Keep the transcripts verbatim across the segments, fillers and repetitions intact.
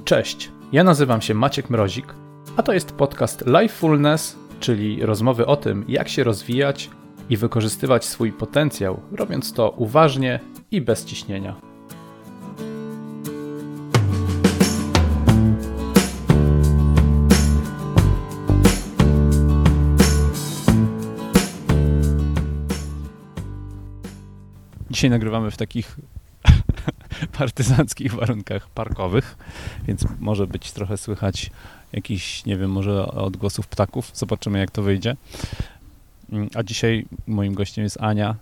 Cześć, ja nazywam się Maciek Mrozik, a to jest podcast Lifefulness, czyli rozmowy o tym, jak się rozwijać i wykorzystywać swój potencjał, robiąc to uważnie i bez ciśnienia. Dzisiaj nagrywamy w takich partyzanckich warunkach parkowych, więc może być trochę słychać jakiś, nie wiem, może odgłosów ptaków. Zobaczymy, jak to wyjdzie. A dzisiaj moim gościem jest Ania,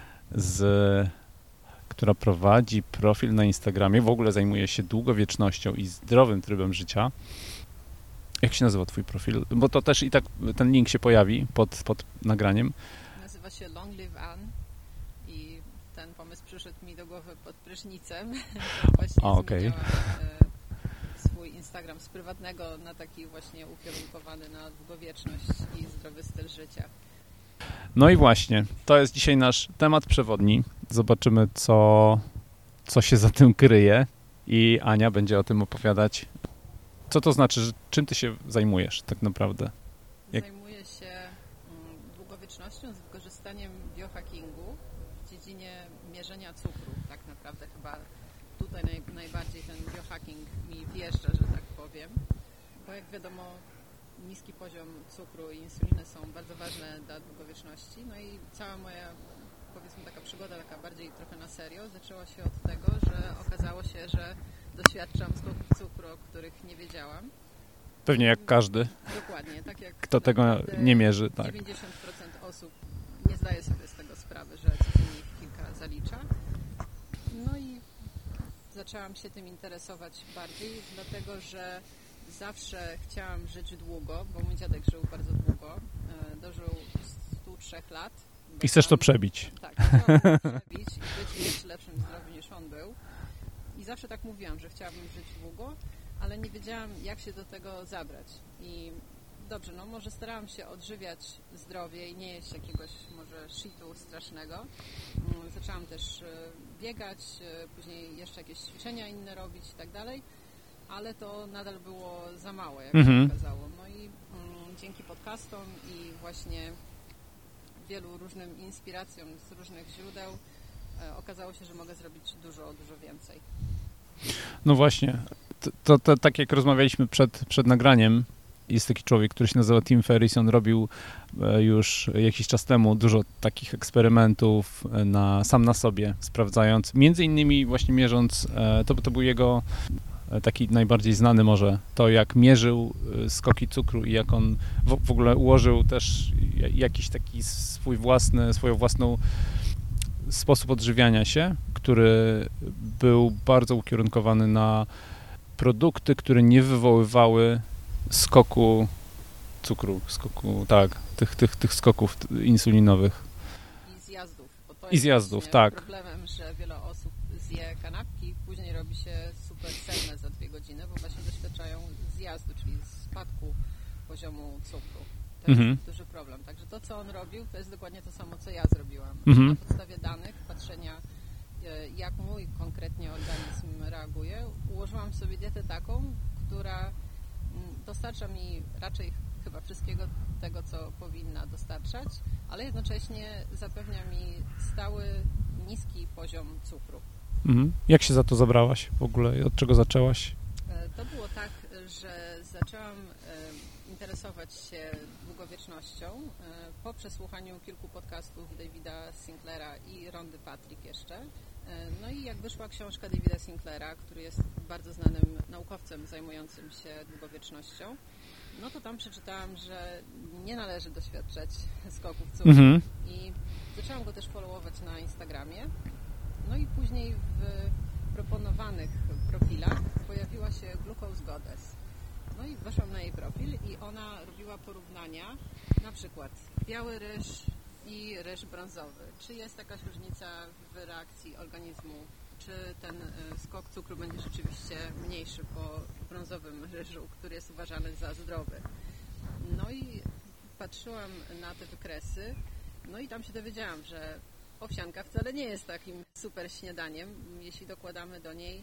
z, która prowadzi profil na Instagramie. W ogóle zajmuje się długowiecznością i zdrowym trybem życia. Jak się nazywa twój profil? Bo to też i tak ten link się pojawi pod, pod nagraniem. Nazywa się Long Live Anne. Ten pomysł przyszedł mi do głowy pod prysznicem. Właśnie o, okay. zmieniałam swój Instagram z prywatnego na taki właśnie ukierunkowany na długowieczność i zdrowy styl życia. No i właśnie, to jest dzisiaj nasz temat przewodni. Zobaczymy, co, co się za tym kryje i Ania będzie o tym opowiadać. Co to znaczy, że czym ty się zajmujesz tak naprawdę? Jak... Zajmuję się długowiecznością z wykorzystaniem biohackingu w dziedzinie mierzenia cukru. Tak naprawdę chyba tutaj naj, najbardziej ten biohacking mi wjeżdża, że tak powiem. Bo jak wiadomo, niski poziom cukru i insuliny są bardzo ważne dla długowieczności. No i cała moja, powiedzmy, taka przygoda, taka bardziej trochę na serio, zaczęła się od tego, że okazało się, że doświadczam skoków cukru, o których nie wiedziałam. Pewnie jak każdy. Dokładnie, tak jak kto tego nie mierzy. Tak. dziewięćdziesiąt procent osób nie zdaje sobie z tego sprawy, że codziennie kilka zalicza. No i zaczęłam się tym interesować bardziej, dlatego że zawsze chciałam żyć długo, bo mój dziadek żył bardzo długo. Dożył stu trzech lat. I chcesz to przebić. Tak, chciałam to przebić i być w jeszcze lepszym zdrowiu niż on był. I zawsze tak mówiłam, że chciałabym żyć długo, ale nie wiedziałam, jak się do tego zabrać. I dobrze, no może starałam się odżywiać zdrowie i nie jeść jakiegoś może shitu strasznego. Zaczęłam też biegać, później jeszcze jakieś ćwiczenia inne robić i tak dalej, ale to nadal było za mało, jak mhm. się okazało. No i mm, dzięki podcastom i właśnie wielu różnym inspiracjom z różnych źródeł e, okazało się, że mogę zrobić dużo, dużo więcej. No właśnie, to, to, to tak jak rozmawialiśmy przed, przed nagraniem, jest taki człowiek, który się nazywa Tim Ferriss, on robił już jakiś czas temu dużo takich eksperymentów na, sam na sobie, sprawdzając, między innymi właśnie mierząc, to, to był jego taki najbardziej znany może, to jak mierzył skoki cukru i jak on w, w ogóle ułożył też jakiś taki swój własny, swoją własną sposób odżywiania się, który był bardzo ukierunkowany na produkty, które nie wywoływały skoku cukru, skoku, tak, tych, tych, tych skoków insulinowych. I zjazdów. Bo to I zjazdów, tak. Problemem, że wiele osób zje kanapki i później robi się super senne za dwie godziny, bo właśnie doświadczają zjazdu, czyli spadku poziomu cukru. To jest mhm. duży problem. Także to, co on robił, to jest dokładnie to samo, co ja zrobiłam. Mhm. Na podstawie danych, patrzenia, jak mój konkretnie organizm reaguje, ułożyłam sobie dietę taką, która dostarcza mi raczej chyba wszystkiego tego, co powinna dostarczać, ale jednocześnie zapewnia mi stały, niski poziom cukru. Mhm. Jak się za to zabrałaś w ogóle? Od czego zaczęłaś? To było tak, że zaczęłam interesować się długowiecznością po przesłuchaniu kilku podcastów Davida Sinclaira i Rondy Patrick jeszcze. No i jak wyszła książka Davida Sinclaira, który jest bardzo znanym naukowcem zajmującym się długowiecznością, no to tam przeczytałam, że nie należy doświadczać skoków cukru. Mhm. I zaczęłam go też followować na Instagramie. No i później w proponowanych profilach pojawiła się Glucose Goddess. No i weszłam na jej profil i ona robiła porównania, na przykład biały ryż i ryż brązowy. Czy jest jakaś różnica w reakcji organizmu? Czy ten skok cukru będzie rzeczywiście mniejszy po brązowym ryżu, który jest uważany za zdrowy? No i patrzyłam na te wykresy, no i tam się dowiedziałam, że owsianka wcale nie jest takim super śniadaniem, jeśli dokładamy do niej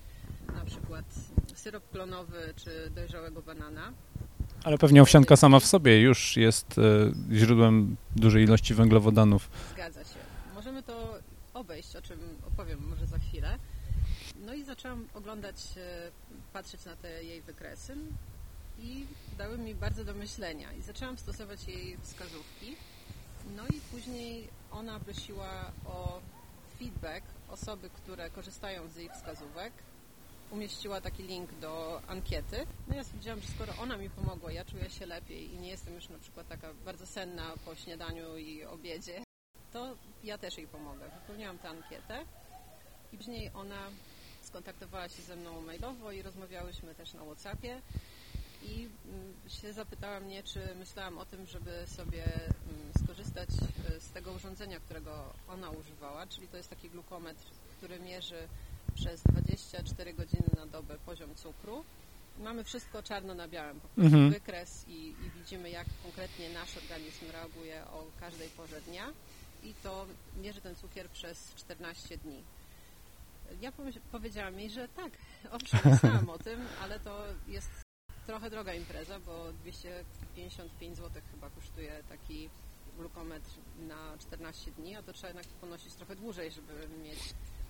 na przykład syrop klonowy czy dojrzałego banana. Ale pewnie owsianka sama w sobie już jest e, źródłem dużej ilości węglowodanów. Zgadza się. Możemy to obejść, o czym opowiem może za chwilę. No i zaczęłam oglądać, e, patrzeć na te jej wykresy i dały mi bardzo do myślenia. I zaczęłam stosować jej wskazówki. No i później ona prosiła o feedback osoby, które korzystają z jej wskazówek. Umieściła taki link do ankiety. No ja stwierdziłam, że skoro ona mi pomogła, ja czuję się lepiej i nie jestem już na przykład taka bardzo senna po śniadaniu i obiedzie, to ja też jej pomogę. Wypełniłam tę ankietę i później ona skontaktowała się ze mną mailowo i rozmawiałyśmy też na WhatsAppie i się zapytała mnie, czy myślałam o tym, żeby sobie skorzystać z tego urządzenia, którego ona używała, czyli to jest taki glukometr, który mierzy przez dwadzieścia cztery godziny na dobę poziom cukru. Mamy wszystko czarno na białym, po prostu mhm. wykres i, i widzimy, jak konkretnie nasz organizm reaguje o każdej porze dnia i to mierzy ten cukier przez czternaście dni. Ja powiedziałam jej, że tak, owszem, myślałam o tym, ale to jest trochę droga impreza, bo dwieście pięćdziesiąt pięć złotych chyba kosztuje taki glukometr na czternaście dni, a to trzeba jednak ponosić trochę dłużej, żeby mieć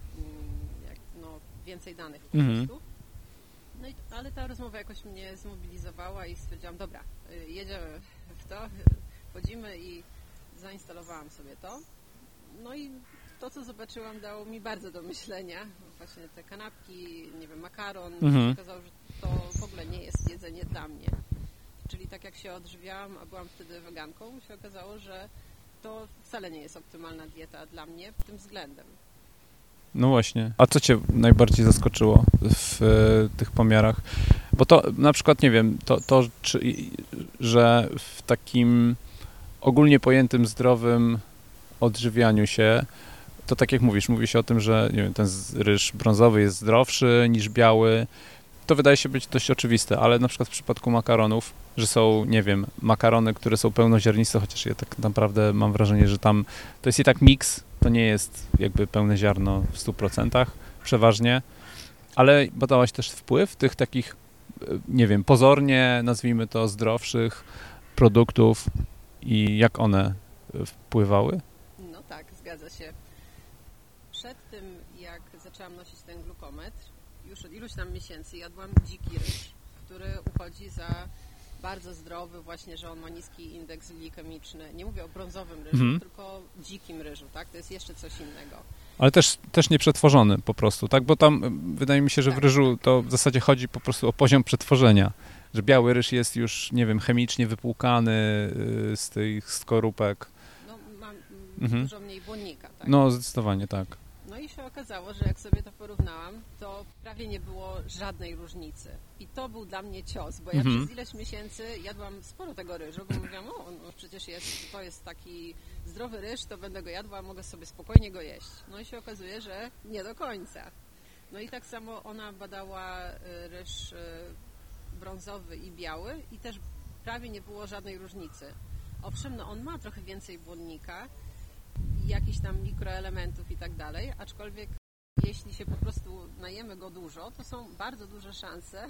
jak, no, więcej danych po mhm. prostu. No i, ale ta rozmowa jakoś mnie zmobilizowała i stwierdziłam, dobra, jedziemy w to, wchodzimy i zainstalowałam sobie to. No i to, co zobaczyłam, dało mi bardzo do myślenia. Właśnie te kanapki, nie wiem, makaron. Mhm. Okazało, że to w ogóle nie jest jedzenie dla mnie. Czyli tak jak się odżywiałam, a byłam wtedy weganką, się okazało, że to wcale nie jest optymalna dieta dla mnie pod tym względem. No właśnie. A co cię najbardziej zaskoczyło w e, tych pomiarach? Bo to na przykład, nie wiem, to, to czy, że w takim ogólnie pojętym zdrowym odżywianiu się, to tak jak mówisz, mówi się o tym, że nie wiem, ten ryż brązowy jest zdrowszy niż biały. To wydaje się być dość oczywiste, ale na przykład w przypadku makaronów, że są, nie wiem, makarony, które są pełnoziarniste, chociaż ja tak naprawdę mam wrażenie, że tam to jest i tak miks, to nie jest jakby pełne ziarno w stu procentach przeważnie, ale badałaś też wpływ tych takich, nie wiem, pozornie, nazwijmy to, zdrowszych produktów i jak one wpływały? No tak, zgadza się. Przed tym, jak zaczęłam nosić ten glukometr, już od iluś tam miesięcy jadłam dziki ryż, który uchodzi za bardzo zdrowy, właśnie, że on ma niski indeks glikemiczny. Nie mówię o brązowym ryżu, mhm. tylko dzikim ryżu, tak? To jest jeszcze coś innego. Ale też, też nie przetworzony po prostu, tak? Bo tam wydaje mi się, że tak, w ryżu to w zasadzie chodzi po prostu o poziom przetworzenia. Że biały ryż jest już, nie wiem, chemicznie wypłukany z tych skorupek. No, mam mhm. dużo mniej błonnika, tak? No, zdecydowanie tak. No i się okazało, że jak sobie to porównałam, to prawie nie było żadnej różnicy. I to był dla mnie cios, bo ja mhm. przez ileś miesięcy jadłam sporo tego ryżu, bo mówiłam, o, no przecież jest, to jest taki zdrowy ryż, to będę go jadła, mogę sobie spokojnie go jeść. No i się okazuje, że nie do końca. No i tak samo ona badała ryż brązowy i biały i też prawie nie było żadnej różnicy. Owszem, no on ma trochę więcej błonnika, jakichś tam mikroelementów i tak dalej, aczkolwiek jeśli się po prostu najemy go dużo, to są bardzo duże szanse,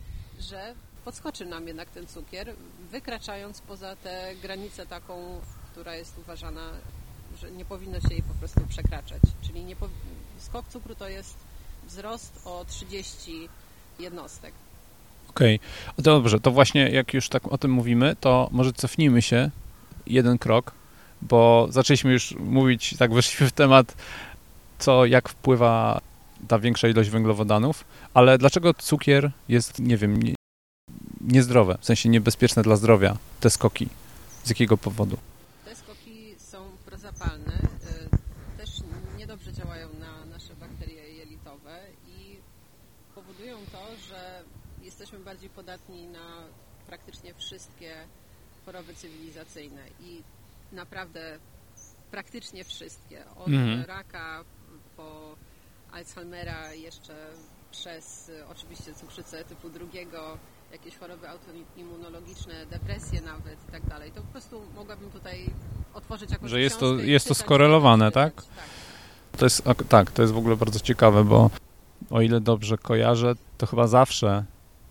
że podskoczy nam jednak ten cukier, wykraczając poza tę granicę taką, która jest uważana, że nie powinno się jej po prostu przekraczać. Czyli nie po... skok cukru to jest wzrost o trzydzieści jednostek. Okej, okay. Dobrze, to właśnie jak już tak o tym mówimy, to może cofnijmy się jeden krok, bo zaczęliśmy już mówić, tak weszliśmy w temat, co, jak wpływa ta większa ilość węglowodanów, ale dlaczego cukier jest, nie wiem, nie, niezdrowe, w sensie niebezpieczne dla zdrowia, te skoki? Z jakiego powodu? Te skoki są prozapalne, też niedobrze działają na nasze bakterie jelitowe i powodują to, że jesteśmy bardziej podatni na praktycznie wszystkie choroby cywilizacyjne i naprawdę praktycznie wszystkie. Od mhm. raka po Alzheimera, jeszcze przez oczywiście cukrzycę typu drugiego, jakieś choroby autoimmunologiczne, depresje nawet i tak dalej. To po prostu mogłabym tutaj otworzyć jakąś Że jest to, książkę jest to skorelowane, tak? tak? To jest, tak, to jest w ogóle bardzo ciekawe, bo o ile dobrze kojarzę, to chyba zawsze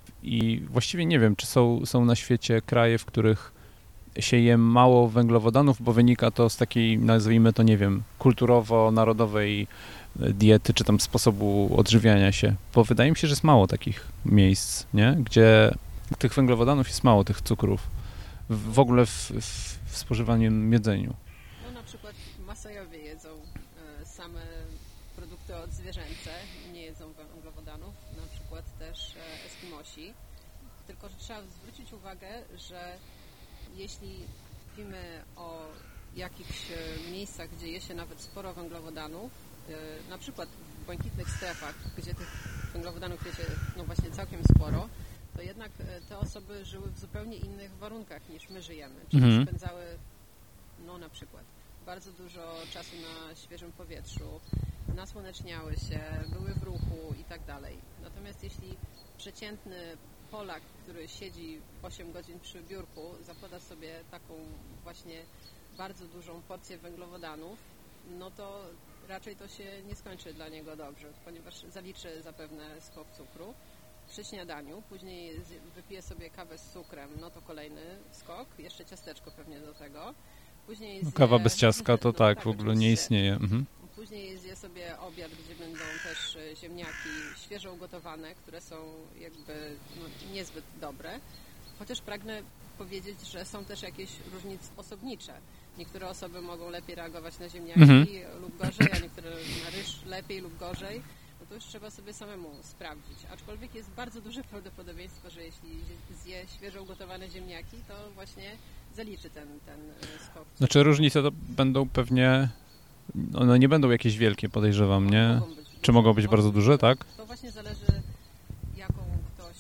i właściwie nie wiem, czy są, są na świecie kraje, w których się je mało węglowodanów, bo wynika to z takiej, nazwijmy to, nie wiem, kulturowo-narodowej diety, czy tam sposobu odżywiania się, bo wydaje mi się, że jest mało takich miejsc, nie? Gdzie tych węglowodanów jest mało, tych cukrów, w, w ogóle w, w, w spożywanym jedzeniu. No na przykład Masajowie jedzą e, same produkty odzwierzęce, nie jedzą węglowodanów, na przykład też e, Eskimosi, tylko że trzeba zwrócić uwagę, że jeśli mówimy o jakichś miejscach, gdzie je się nawet sporo węglowodanów, na przykład w błękitnych strefach, gdzie tych węglowodanów je się no właśnie całkiem sporo, to jednak te osoby żyły w zupełnie innych warunkach niż my żyjemy. Czyli Mhm. spędzały, no na przykład, bardzo dużo czasu na świeżym powietrzu, nasłoneczniały się, były w ruchu i tak dalej. Natomiast jeśli przeciętny Polak, który siedzi osiem godzin przy biurku, zapoda sobie taką właśnie bardzo dużą porcję węglowodanów, no to raczej to się nie skończy dla niego dobrze, ponieważ zaliczy zapewne skok cukru przy śniadaniu, później wypije sobie kawę z cukrem, no to kolejny skok, jeszcze ciasteczko pewnie do tego. Później No, zje, kawa bez ciastka to no, tak, tak, w ogóle nie oczywiście. istnieje. Mhm. Później zje sobie obiad, gdzie będą też ziemniaki świeżo ugotowane, które są jakby no, niezbyt dobre. Chociaż pragnę powiedzieć, że są też jakieś różnice osobnicze. Niektóre osoby mogą lepiej reagować na ziemniaki Mhm. lub gorzej, a niektóre na ryż lepiej lub gorzej. No to już trzeba sobie samemu sprawdzić. Aczkolwiek jest bardzo duże prawdopodobieństwo, że jeśli zje świeżo ugotowane ziemniaki, to właśnie zaliczy ten, ten skok. Znaczy różnice to będą pewnie, one nie będą jakieś wielkie, podejrzewam, nie? Mogą być Czy mogą być bardzo duże, tak? To właśnie zależy, jaką ktoś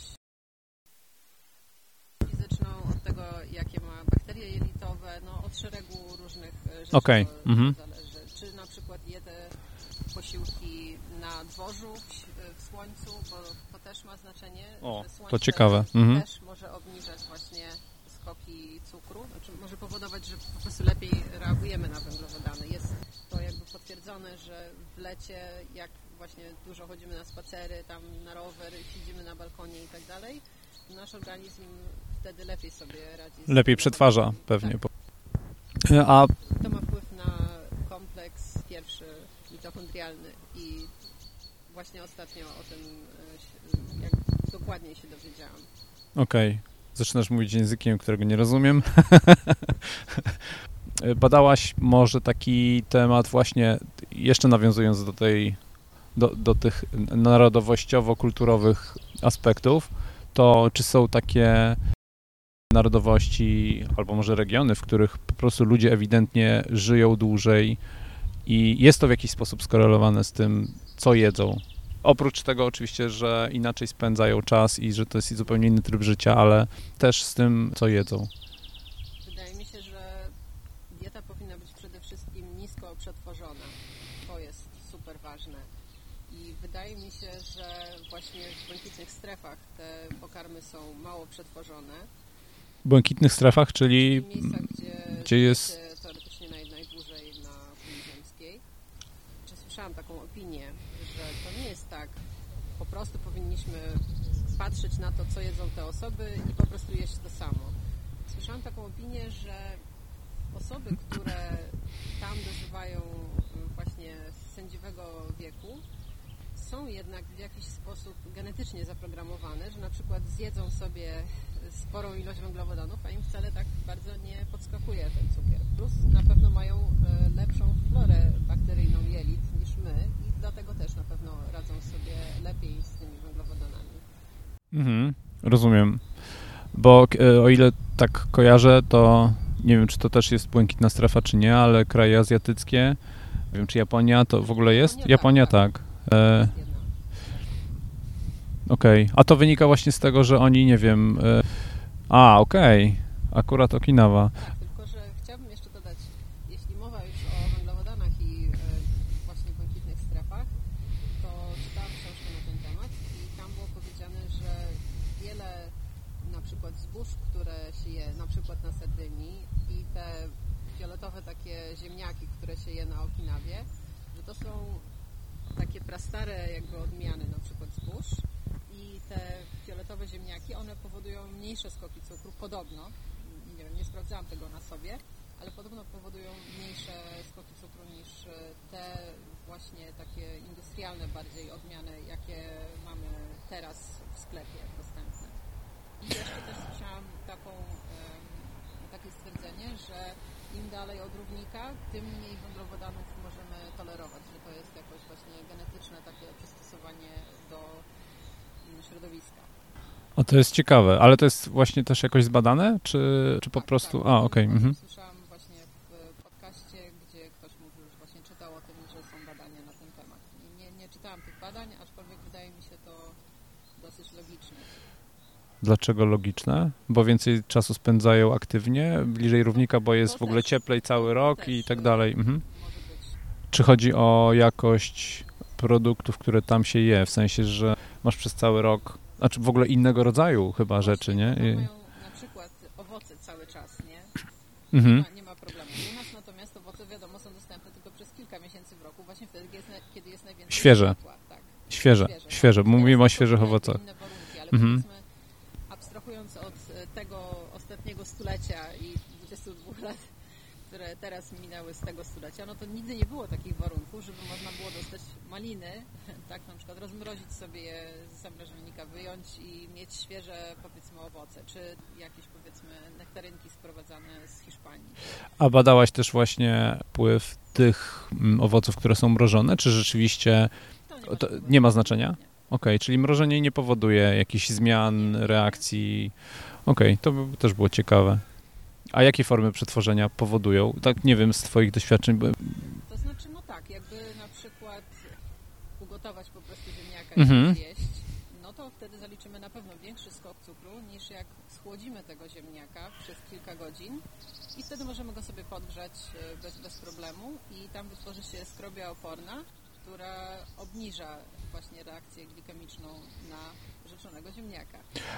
fizyczną, od tego, jakie ma bakterie jelitowe, no od szeregu różnych rzeczy Okej, to, mhm. to zależy. Czy na przykład je te posiłki na dworzu, w, w słońcu, bo to też ma znaczenie, O, że słońce to ciekawe. Mhm. też może obniżać właśnie skoki cukru, znaczy może powodować, że po prostu lepiej reagujemy na węglowodany. Jest to jakby potwierdzone, że w lecie, jak właśnie dużo chodzimy na spacery, tam na rower, siedzimy na balkonie i tak dalej, nasz organizm wtedy lepiej sobie radzi. z Lepiej przetwarza węglowodanami. pewnie. Tak. A To ma wpływ na kompleks pierwszy mitochondrialny i właśnie ostatnio o tym e, jak dokładniej się dowiedziałam. okej, zaczynasz mówić językiem, którego nie rozumiem. Badałaś może taki temat właśnie, jeszcze nawiązując do tej, do, do tych narodowościowo-kulturowych aspektów, to czy są takie narodowości albo może regiony, w których po prostu ludzie ewidentnie żyją dłużej i jest to w jakiś sposób skorelowane z tym, co jedzą? Oprócz tego oczywiście, że inaczej spędzają czas i że to jest zupełnie inny tryb życia, ale też z tym, co jedzą. Wydaje mi się, że dieta powinna być przede wszystkim nisko przetworzona. To jest super ważne. I wydaje mi się, że właśnie w błękitnych strefach te pokarmy są mało przetworzone. W błękitnych strefach, czyli W miejscach, gdzie, gdzie jest... jest teoretycznie naj, najdłużej na kuli ziemskiej. Czy słyszałam taką opinię, że to nie jest tak. Po prostu powinniśmy patrzeć na to, co jedzą te osoby i po prostu jeść to samo. Słyszałam taką opinię, że osoby, które tam dożywają właśnie sędziwego wieku, są jednak w jakiś sposób genetycznie zaprogramowane, że na przykład zjedzą sobie sporą ilość węglowodanów, a im wcale tak bardzo nie podskakuje ten cukier. Plus na pewno mają lepszą florę bakteryjną jelit niż my i dlatego też na pewno radzą sobie lepiej z tymi węglowodanami. Mhm, rozumiem. Bo o ile tak kojarzę, to nie wiem, czy to też jest błękitna strefa, czy nie, ale kraje azjatyckie, nie wiem, czy Japonia to w ogóle jest? Japonia, Japonia tak, tak. E, okej, okay. A to wynika właśnie z tego, że oni, nie wiem... E, a, okej, okay. Akurat Okinawa. Tak, tylko że chciałabym jeszcze dodać, jeśli mowa już o węglowodanach i e, właśnie błękitnych strefach, to czytałam książkę na ten temat i tam było powiedziane, że wiele na przykład zbóż, które się je na przykład na Sardynii i te fioletowe takie ziemniaki, które się je na Okinawie, że to są takie prastare jakby odmiany, na przykład zbóż i te fioletowe ziemniaki, one powodują mniejsze skoki cukru, podobno, nie wiem, nie sprawdzałam tego na sobie, ale podobno powodują mniejsze skoki cukru niż te właśnie takie industrialne bardziej odmiany, jakie mamy teraz w sklepie dostępne. I jeszcze też słyszałam taką, takie stwierdzenie, że im dalej od równika, tym mniej węglowodanów możemy tolerować, że to jest jakoś właśnie genetyczne takie przystosowanie do środowiska. O, to jest ciekawe, ale to jest właśnie też jakoś zbadane, czy, czy po tak, prostu... Tak, A, okej. Okay. Mhm. Słyszałam właśnie w podcaście, gdzie ktoś mówił, że właśnie czytał o tym, że są badania na ten temat. Nie, nie czytałam tych badań, aczkolwiek wydaje mi się to dosyć logiczne. Dlaczego logiczne? Bo więcej czasu spędzają aktywnie, bliżej równika, bo jest w ogóle cieplej cały rok i tak dalej. Mhm. Czy chodzi o jakość produktów, które tam się je, w sensie, że masz przez cały rok, znaczy w ogóle innego rodzaju chyba właśnie, rzeczy, nie? I... mają na przykład owoce cały czas, nie? Mhm. Nie, ma, nie ma problemu. U nas natomiast owoce, wiadomo, są dostępne tylko przez kilka miesięcy w roku, właśnie wtedy, kiedy jest, na, kiedy jest najwięcej świeże. światła. Tak. Świeże, świeże. świeże. Mówimy o świeżych owocach. Inne warunki, ale mhm. powiedzmy, abstrahując od tego ostatniego stulecia i dwudziestu dwóch lat, które teraz minęły z tego stulecia, no to nigdy nie było takich warunków, żeby można było dostać maliny, tak, na przykład rozmrozić sobie je z zamrażalnika, wyjąć i mieć świeże, powiedzmy, owoce, czy jakieś, powiedzmy, nektarynki sprowadzane z Hiszpanii. A badałaś też właśnie wpływ tych owoców, które są mrożone, czy rzeczywiście to nie ma, to nie ma znaczenia? Okej, okay, czyli mrożenie nie powoduje jakichś zmian, nie, reakcji. Okej, okay, to by też było ciekawe. A jakie formy przetworzenia powodują? Tak, nie wiem, z twoich doświadczeń. Bo... To znaczy, no tak, jakby na przykład ugotować po prostu ziemniaka mhm. i zjeść, no to wtedy zaliczymy na pewno większy skok cukru, niż jak schłodzimy tego ziemniaka przez kilka godzin i wtedy możemy go sobie podgrzać bez, bez problemu i tam wytworzy się skrobia oporna, która obniża właśnie reakcję glikemiczną na rzeczonego ziemniaka.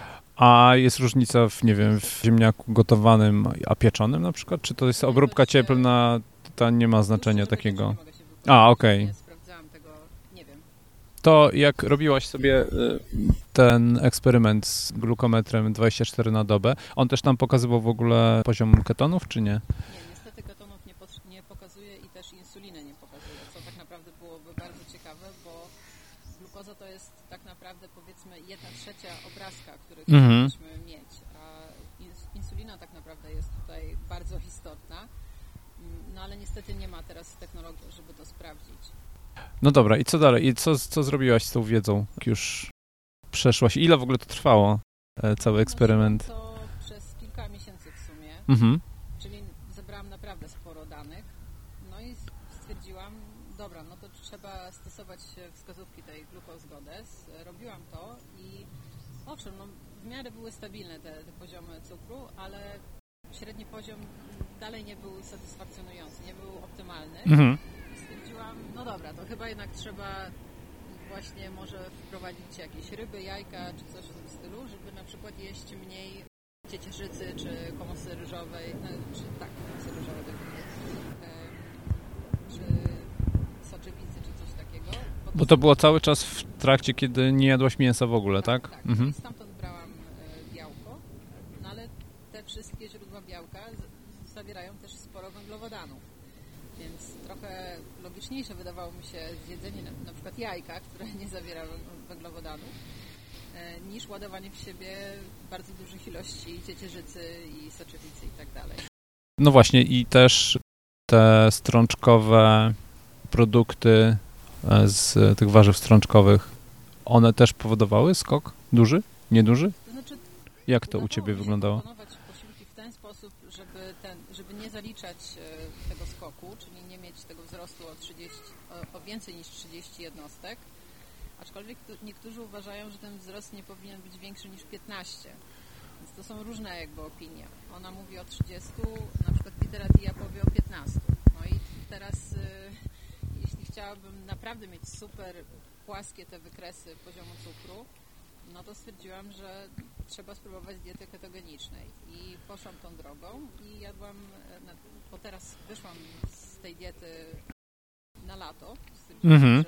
A jest różnica w, nie wiem, w ziemniaku gotowanym, a pieczonym na przykład? Czy to jest obróbka cieplna, to nie ma znaczenia takiego? A, okej. Okay. Nie sprawdzałam tego, nie wiem. To jak robiłaś sobie ten eksperyment z glukometrem dwadzieścia cztery na dobę, on też tam pokazywał w ogóle poziom ketonów, czy nie? Nie, niestety ketonów nie, pot- nie pokazuje i też insuliny nie pokazuje, co tak naprawdę byłoby bardzo ciekawe, bo glukoza to jest tak naprawdę, powiedzmy, jedna trzecia obrazka, który mhm. chcielibyśmy mieć, a insulina tak naprawdę jest tutaj bardzo istotna, no ale niestety nie ma teraz technologii, żeby to sprawdzić. No dobra, i co dalej? I co, co zrobiłaś z tą wiedzą, jak już przeszłaś? Ile w ogóle to trwało, cały eksperyment? No, to przez kilka miesięcy w sumie, mhm. czyli zebrałam naprawdę sporo danych, no i stwierdziłam, dobra, no to trzeba stosować wskazówki tej Glucose Goddess. Robiłam to i owszem, no w miarę były stabilne te, te poziomy cukru, ale średni poziom dalej nie był satysfakcjonujący, nie był optymalny. Mhm. Stwierdziłam, no dobra, to chyba jednak trzeba właśnie może wprowadzić jakieś ryby, jajka czy coś w tym stylu, żeby na przykład jeść mniej ciecierzycy czy komosy ryżowej, no, czy tak, komosy ryżowe, tak, czy soczewicy, czy coś takiego. Bo to, Bo to było cały czas w trakcie, kiedy nie jadłaś mięsa w ogóle, tak? Tak, tak. Mhm. I stamtąd brałam e, białko, no ale te wszystkie źródła białka z, zawierają też sporo węglowodanów, więc trochę logiczniejsze wydawało mi się zjedzenie na, na przykład jajka, które nie zawiera węglowodanów, e, niż ładowanie w siebie bardzo dużych ilości ciecierzycy i soczewicy i tak dalej. No właśnie i też te strączkowe produkty z tych warzyw strączkowych, one też powodowały skok? Duży? Nieduży? To znaczy, jak to u Ciebie wyglądało? Proponować posiłki w ten sposób, żeby, ten, żeby nie zaliczać e, tego skoku, czyli nie mieć tego wzrostu o, trzydzieści, o, o więcej niż trzydzieści jednostek, aczkolwiek to, niektórzy uważają, że ten wzrost nie powinien być większy niż piętnaście. Więc to są różne jakby opinie. Ona mówi o trzydziestu, na przykład Literatia powie o piętnastu. No i teraz e, jeśli chciałabym naprawdę mieć super płaskie te wykresy poziomu cukru, no to stwierdziłam, że trzeba spróbować diety ketogenicznej i poszłam tą drogą i jadłam, bo teraz wyszłam z tej diety na lato, stwierdziłam, mm-hmm. że skoro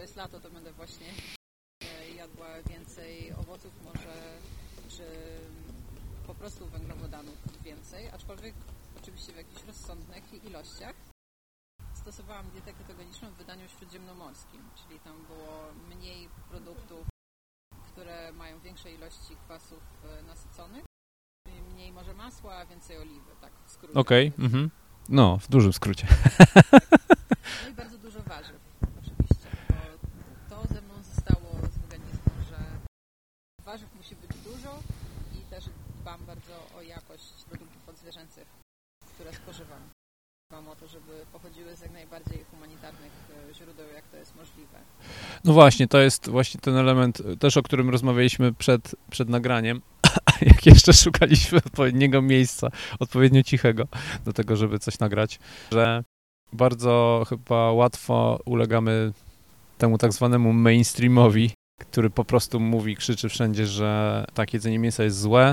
jest lato, to będę właśnie jadła więcej owoców może, czy po prostu węglowodanów więcej, aczkolwiek oczywiście w jakichś rozsądnych ilościach. Stosowałam dietę ketogeniczną w wydaniu śródziemnomorskim, czyli tam było mniej produktów, które mają większe ilości kwasów nasyconych, mniej może masła, a więcej oliwy, tak w skrócie. Okej, okay. mhm. No, w dużym skrócie. No i bardzo dużo warzyw, oczywiście, bo to ze mną zostało z weganizmu, że warzyw musi być dużo i też dbam bardzo o jakość produktów odzwierzęcych, które spożywam. Dbam o to, żeby pochodziły z jak najbardziej humanitarnych źródeł, jak to jest możliwe. No właśnie, to jest właśnie ten element też, o którym rozmawialiśmy przed, przed nagraniem, jak jeszcze szukaliśmy odpowiedniego miejsca, odpowiednio cichego do tego, żeby coś nagrać, że bardzo chyba łatwo ulegamy temu tak zwanemu mainstreamowi, który po prostu mówi, krzyczy wszędzie, że tak, jedzenie mięsa jest złe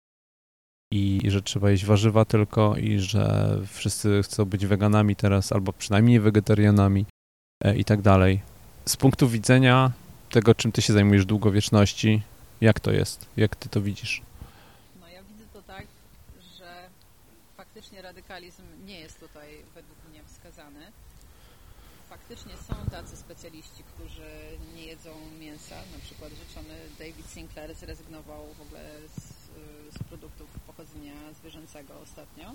i że trzeba jeść warzywa tylko i że wszyscy chcą być weganami teraz, albo przynajmniej wegetarianami e, i tak dalej. Z punktu widzenia tego, czym ty się zajmujesz długowieczności, jak to jest? Jak ty to widzisz? No ja widzę to tak, że faktycznie radykalizm nie jest tutaj według mnie wskazany. Faktycznie są tacy specjaliści, którzy nie jedzą mięsa. Na przykład rzeczony David Sinclair zrezygnował w ogóle z, z produktów pochodzenia zwierzęcego ostatnio.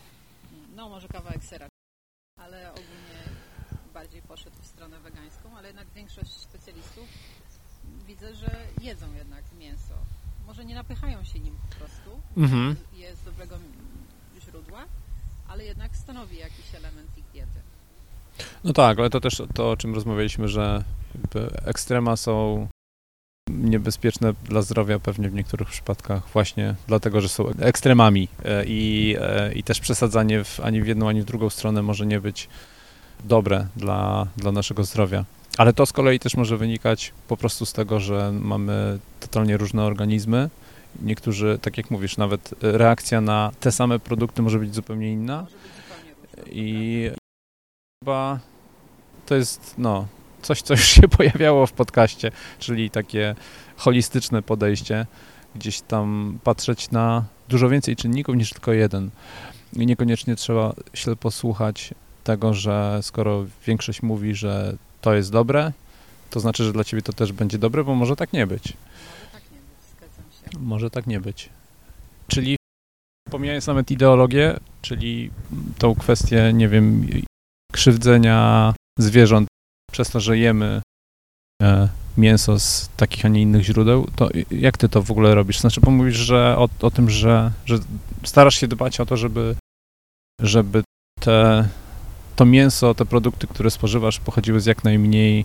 No może kawałek sera, ale ogólnie bardziej poszedł w stronę wegańską, ale jednak większość specjalistów widzę, że jedzą jednak mięso. Może nie napychają się nim po prostu, mhm. jest z dobrego źródła, ale jednak stanowi jakiś element ich diety. No tak, ale to też to, o czym rozmawialiśmy, że jakby ekstrema są niebezpieczne dla zdrowia pewnie w niektórych przypadkach właśnie dlatego, że są ekstremami i, i też przesadzanie w, ani w jedną, ani w drugą stronę może nie być dobre dla, dla naszego zdrowia. Ale to z kolei też może wynikać po prostu z tego, że mamy totalnie różne organizmy. Niektórzy, tak jak mówisz, nawet reakcja na te same produkty może być zupełnie inna. Może być zupełnie różna. I chyba to jest no, coś, co już się pojawiało w podcaście, czyli takie holistyczne podejście, gdzieś tam patrzeć na dużo więcej czynników niż tylko jeden. I niekoniecznie trzeba ślepo słuchać tego, że skoro większość mówi, że to jest dobre, to znaczy, że dla ciebie to też będzie dobre, bo może tak nie być. Może tak nie być, zgadzam się. Może tak nie być. Czyli pomijając nawet ideologię, czyli tą kwestię, nie wiem, krzywdzenia zwierząt przez to, że jemy e, mięso z takich, a nie innych źródeł, to jak ty to w ogóle robisz? Znaczy, bo mówisz, że o, o tym, że, że starasz się dbać o to, żeby, żeby te to mięso, te produkty, które spożywasz, pochodziły z jak najmniej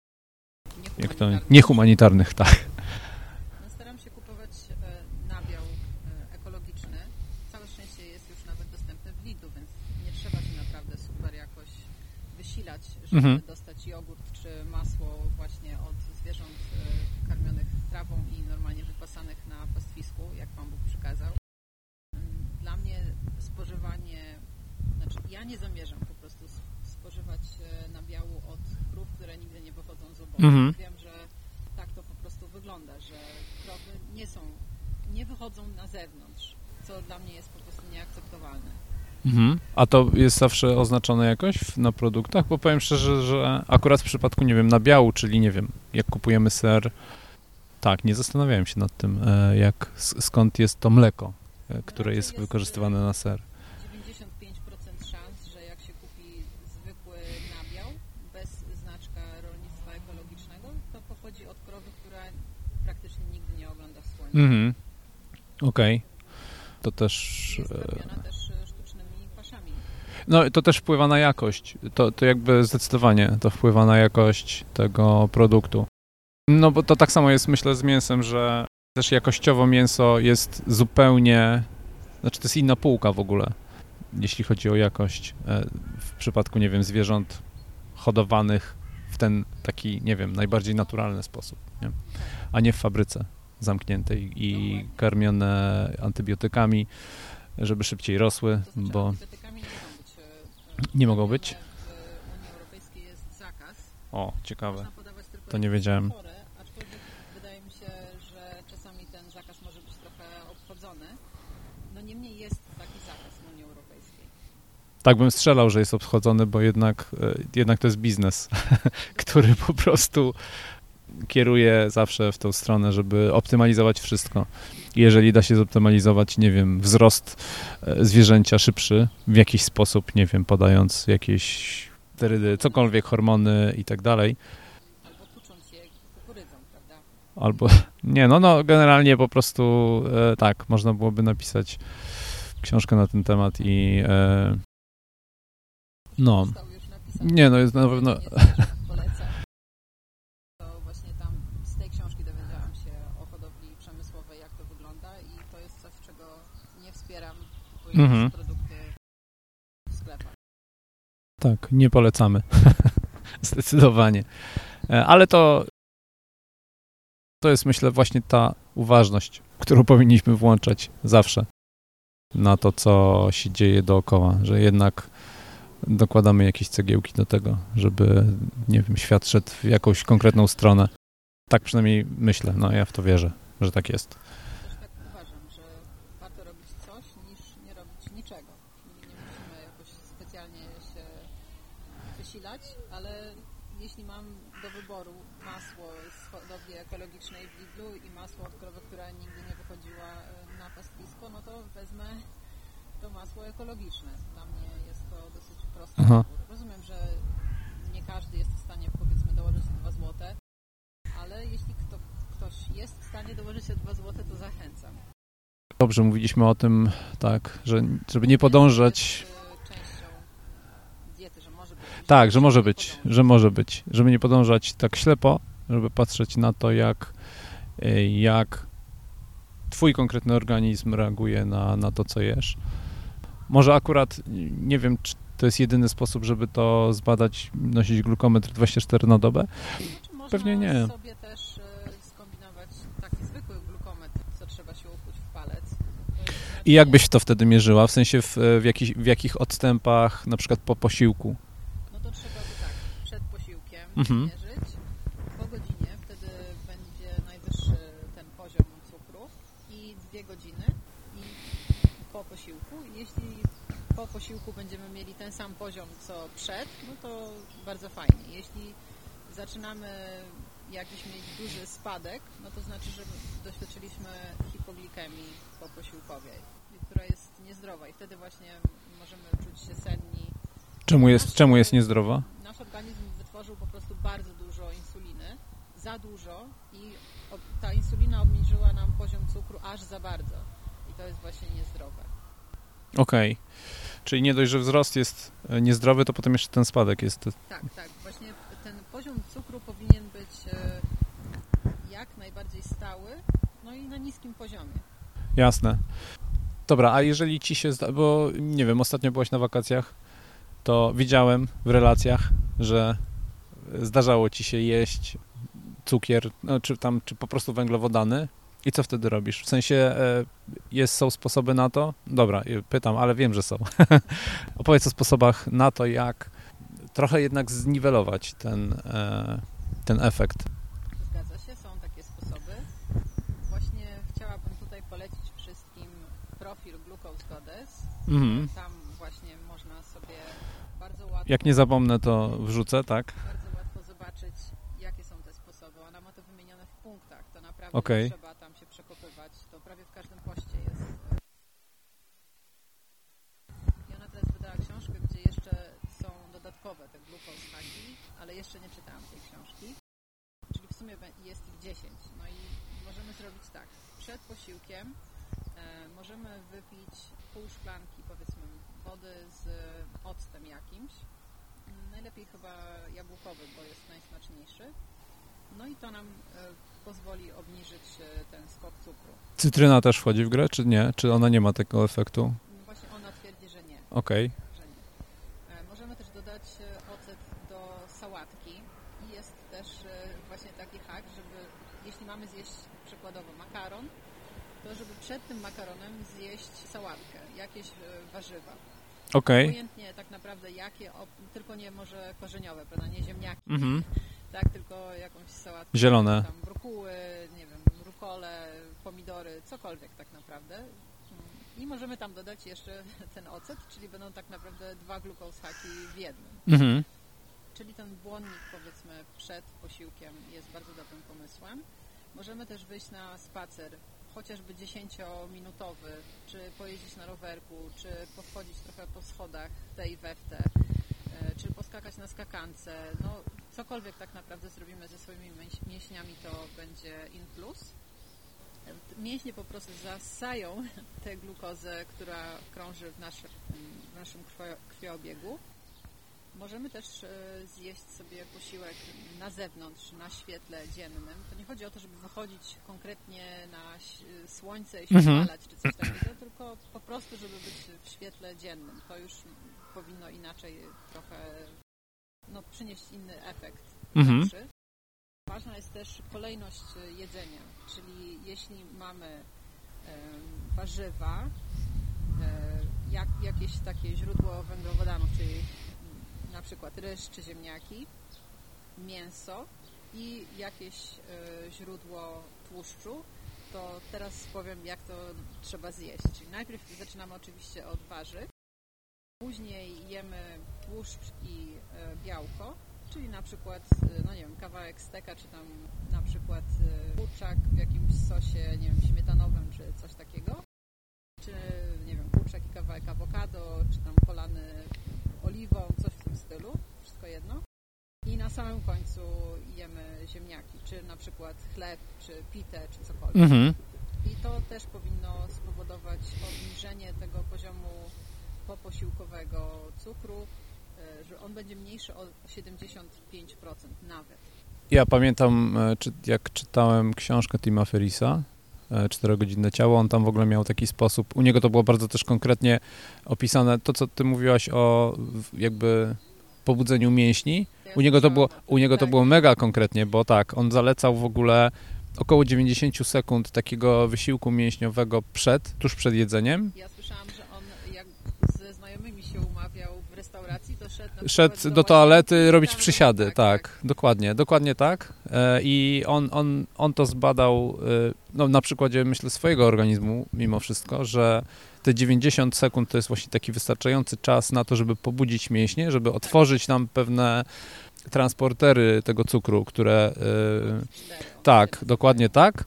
jak to, niehumanitarnych, tak. No, staram się kupować e, nabiał e, ekologiczny. Całe szczęście jest już nawet dostępny w Lidlu, więc nie trzeba się naprawdę super jakoś wysilać, żeby mhm. dostać jogurt czy masło właśnie od zwierząt e, karmionych trawą i normalnie wypasanych na pastwisku, jak Pan Bóg przykazał. Dla mnie spożywanie, znaczy ja nie zamierzam po prostu spożywać nabiału od krów, które nigdy nie pochodzą z obozu. Mhm. Wiem, że tak to po prostu wygląda, że krowy nie są, nie wychodzą na zewnątrz, co dla mnie jest po prostu nieakceptowalne. Mhm. A to jest zawsze oznaczone jakoś na produktach? Bo powiem szczerze, że akurat w przypadku, nie wiem, nabiału, czyli nie wiem, jak kupujemy ser, tak, nie zastanawiałem się nad tym, jak, skąd jest to mleko, które no, jest, jest wykorzystywane na ser. dziewięćdziesiąt pięć procent szans, że jak się kupi zwykły nabiał bez znaczka rolnictwa ekologicznego, to pochodzi od krowy, która praktycznie nigdy nie ogląda słońca. Mhm. Okej. Okay. To też... Jest karmiona też sztucznymi paszami. No to też wpływa na jakość. To, to jakby zdecydowanie to wpływa na jakość tego produktu. No bo to tak samo jest, myślę, z mięsem, że też jakościowo mięso jest zupełnie... Znaczy to jest inna półka w ogóle, jeśli chodzi o jakość. W przypadku, nie wiem, zwierząt hodowanych w ten taki, nie wiem, najbardziej naturalny sposób, nie? A nie w fabryce zamkniętej i karmione antybiotykami, żeby szybciej rosły, to znaczy, bo... Antybiotykami nie mogą być. Nie mogą być? W Unii Europejskiej jest zakaz. O, ciekawe. Można podawać to nie wiedziałem. Chore, aczkolwiek wydaje mi się, że czasami ten zakaz może być trochę obchodzony. No niemniej jest taki zakaz w Unii Europejskiej. Tak bym strzelał, że jest obchodzony, bo jednak, jednak to jest biznes, który po prostu kieruje zawsze w tą stronę, żeby optymalizować wszystko. Jeżeli da się zoptymalizować, nie wiem, wzrost zwierzęcia szybszy w jakiś sposób, nie wiem, podając jakieś sterydy, cokolwiek, hormony i tak dalej. Albo tucząc je kukurydzą, prawda? Albo, nie, no, no, generalnie po prostu e, tak, można byłoby napisać książkę na ten temat i e, no, Został już napisany. nie, no jest na pewno... Polecam. To właśnie tam z tej książki dowiedziałam się o hodowli przemysłowej, jak to wygląda i to jest coś, czego nie wspieram, kupując Mhm. produkty w sklepach. Tak, nie polecamy. Zdecydowanie. E, Ale to, to jest, myślę, właśnie ta uważność, którą powinniśmy włączać zawsze na to, co się dzieje dookoła, że jednak dokładamy jakieś cegiełki do tego, żeby, nie wiem, świat szedł w jakąś konkretną stronę. Tak przynajmniej myślę, no ja w to wierzę, że tak jest. Też tak uważam, że warto robić coś, niż nie robić niczego. Nie, nie musimy jakoś specjalnie się wysilać, ale jeśli mam do wyboru masło z hodowli ekologicznej w Lidlu i masło od krowy, która nigdy nie wychodziła na pastwisko, no to wezmę to masło ekologiczne. Dla mnie jest to dosyć prosty Aha. wybór. Rozumiem, że nie każdy jest w stanie, powiedzmy, dołożyć dwa złote, ale jeśli kto, ktoś jest w stanie dołożyć te dwa złote, to zachęcam. Dobrze, mówiliśmy o tym, tak, że żeby nie podążać... Jest y, częścią diety, że może być. Tak, że może nie być, podążać. że może być, żeby nie podążać tak ślepo, żeby patrzeć na to, jak, jak twój konkretny organizm reaguje na, na to, co jesz. Może akurat, nie wiem, czy to jest jedyny sposób, żeby to zbadać, nosić glukometr dwadzieścia cztery na dobę. Znaczy, można Pewnie nie. sobie też y, skombinować taki zwykły glukometr, co trzeba się ukuć w palec. To jest I jak byś to wtedy mierzyła? W sensie w, w, jakich, w jakich odstępach, na przykład po posiłku? No to trzeba by tak, przed posiłkiem Mhm. mierzyć, po godzinie, wtedy będzie najwyższy ten poziom cukru i dwie godziny i po posiłku. Jeśli po posiłku będziemy mieli ten sam poziom co przed, no to bardzo fajnie. Jeśli zaczynamy jakiś mieć duży spadek, no to znaczy, że doświadczyliśmy hipoglikemii poposiłkowej, która jest niezdrowa i wtedy właśnie możemy czuć się senni. Czemu jest, czemu jest niezdrowa? Nasz organizm wytworzył po prostu bardzo dużo insuliny, za dużo i ob- ta insulina obniżyła nam poziom cukru aż za bardzo i to jest właśnie niezdrowe. Okej. Czyli nie dość, że wzrost jest e, niezdrowy, to potem jeszcze ten spadek jest. Tak, tak. Właśnie ten poziom cukru powinien być e, jak najbardziej stały, no i na niskim poziomie. Jasne. Dobra, a jeżeli ci się zda... bo nie wiem, ostatnio byłaś na wakacjach, to widziałem w relacjach, że zdarzało ci się jeść cukier, no, czy tam, czy po prostu węglowodany. I co wtedy robisz? W sensie e, jest, są sposoby na to? Dobra, e, pytam, ale wiem, że są. Opowiedz o sposobach na to, jak trochę jednak zniwelować ten, e, ten efekt. Zgadza się, są takie sposoby. Właśnie chciałabym tutaj polecić wszystkim profil Glucose Goddess. Mhm. Tam właśnie można sobie bardzo łatwo... Jak nie zapomnę, to wrzucę, tak? Bardzo łatwo zobaczyć, jakie są te sposoby. Ona ma to wymienione w punktach. To naprawdę Okej. nie trzeba tam się przekopywać. To prawie w każdym poście jest. I ona teraz wydała książkę, gdzie jeszcze są dodatkowe te glucose hacki, ale jeszcze nie czytałam tej książki. Czyli w sumie jest ich dziesięć. No i możemy zrobić tak. Przed posiłkiem e, możemy wypić pół szklanki, powiedzmy, wody z octem jakimś. Najlepiej chyba jabłkowy, bo jest najsmaczniejszy. No i to nam e, pozwoli obniżyć e, ten skok cukru. Cytryna też wchodzi w grę, czy nie? Czy ona nie ma tego efektu? No właśnie ona twierdzi, że nie. Okej. Że nie. E, możemy też dodać e, ocet do sałatki. I jest też e, właśnie taki hak, żeby jeśli mamy zjeść przykładowo makaron, to żeby przed tym makaronem zjeść sałatkę, jakieś e, warzywa. Okej. Obojętnie tak naprawdę jakie, o, tylko nie może korzeniowe, prawda, nie ziemniaki. Mhm. Tak, tylko jakąś sałatkę. Zielone. Tam brokuły, nie wiem, rukole, pomidory, cokolwiek tak naprawdę. I możemy tam dodać jeszcze ten ocet, czyli będą tak naprawdę dwa glukozhaki w jednym. Mhm. Czyli ten błonnik, powiedzmy, przed posiłkiem jest bardzo dobrym pomysłem. Możemy też wyjść na spacer, chociażby dziesięciominutowy, czy pojeździć na rowerku, czy pochodzić trochę po schodach te i we w te, czy poskakać na skakance. No, cokolwiek tak naprawdę zrobimy ze swoimi mięśniami, to będzie in plus. Mięśnie po prostu zasają tę glukozę, która krąży w naszym, w naszym krwiobiegu. Możemy też zjeść sobie posiłek na zewnątrz, na świetle dziennym. To nie chodzi o to, żeby wychodzić konkretnie na słońce i się mhm. spalać czy coś takiego, tylko po prostu, żeby być w świetle dziennym. To już powinno inaczej trochę no, przynieść inny efekt. Mhm. Lepszy. Ważna jest też kolejność jedzenia, czyli jeśli mamy e, warzywa, e, jak, jakieś takie źródło węglowodanów, czyli na przykład ryż czy ziemniaki, mięso i jakieś e, źródło tłuszczu, to teraz powiem, jak to trzeba zjeść. Czyli najpierw zaczynamy oczywiście od warzyw, później jemy tłuszcz i e, białko, czyli na przykład, no nie wiem, kawałek steka, czy tam na przykład kurczak w jakimś sosie, nie wiem, śmietanowym, czy coś takiego. Czy, nie wiem, kurczak i kawałek awokado, czy tam polany oliwą, coś w tym stylu. Wszystko jedno. I na samym końcu jemy ziemniaki, czy na przykład chleb, czy pitę, czy cokolwiek. Mhm. I to też powinno spowodować obniżenie tego poziomu poposiłkowego cukru, że on będzie mniejszy o siedemdziesiąt pięć procent nawet. Ja pamiętam, czy, jak czytałem książkę Tima Ferrissa, czterogodzinne ciało, on tam w ogóle miał taki sposób, u niego to było bardzo też konkretnie opisane, to co ty mówiłaś o jakby pobudzeniu mięśni, u niego to było, u niego to było mega konkretnie, bo tak, on zalecał w ogóle około dziewięćdziesiąt sekund takiego wysiłku mięśniowego przed, tuż przed jedzeniem. Ja słyszałam, że on jak ze znajomymi się umawiał w restauracji, to szedł, szedł do toalety robić przysiady, tak, tak, tak, dokładnie, dokładnie tak. I on, on, on to zbadał no, na przykładzie, myślę, swojego organizmu mimo wszystko, że te dziewięćdziesiąt sekund to jest właśnie taki wystarczający czas na to, żeby pobudzić mięśnie, żeby otworzyć nam pewne transportery tego cukru, które yy, tak, dokładnie tak,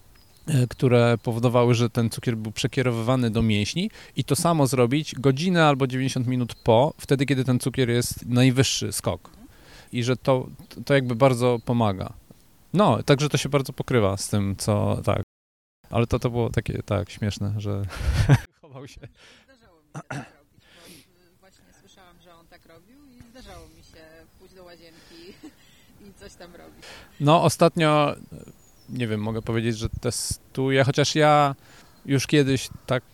yy, które powodowały, że ten cukier był przekierowywany do mięśni i to samo zrobić godzinę albo dziewięćdziesiąt minut po, wtedy, kiedy ten cukier jest najwyższy skok i że to, to jakby bardzo pomaga. No, także to się bardzo pokrywa z tym, co, tak, ale to, to było takie, tak, śmieszne, że chował się. Zdarzało mi się tak robić, bo właśnie słyszałam, że on tak robił i zdarzało mi się pójść do łazienki i coś tam robić. No, ostatnio, nie wiem, mogę powiedzieć, że testuję, chociaż ja już kiedyś tak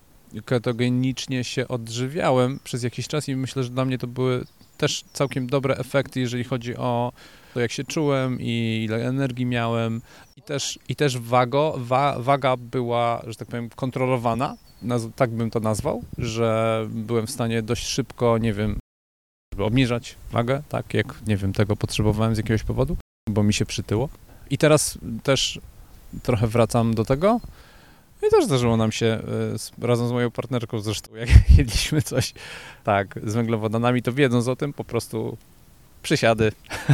ketogenicznie się odżywiałem przez jakiś czas i myślę, że dla mnie to były też całkiem dobre efekty, jeżeli chodzi o to, jak się czułem i ile energii miałem i też, i też wago, wa, waga była, że tak powiem, kontrolowana, naz- tak bym to nazwał, że byłem w stanie dość szybko, nie wiem, żeby obniżać wagę, tak, jak, nie wiem, tego potrzebowałem z jakiegoś powodu, bo mi się przytyło. I teraz też trochę wracam do tego i też zdarzyło nam się y, razem z moją partnerką zresztą, jak jedliśmy coś, tak, z węglowodanami, to wiedząc o tym, po prostu przysiady,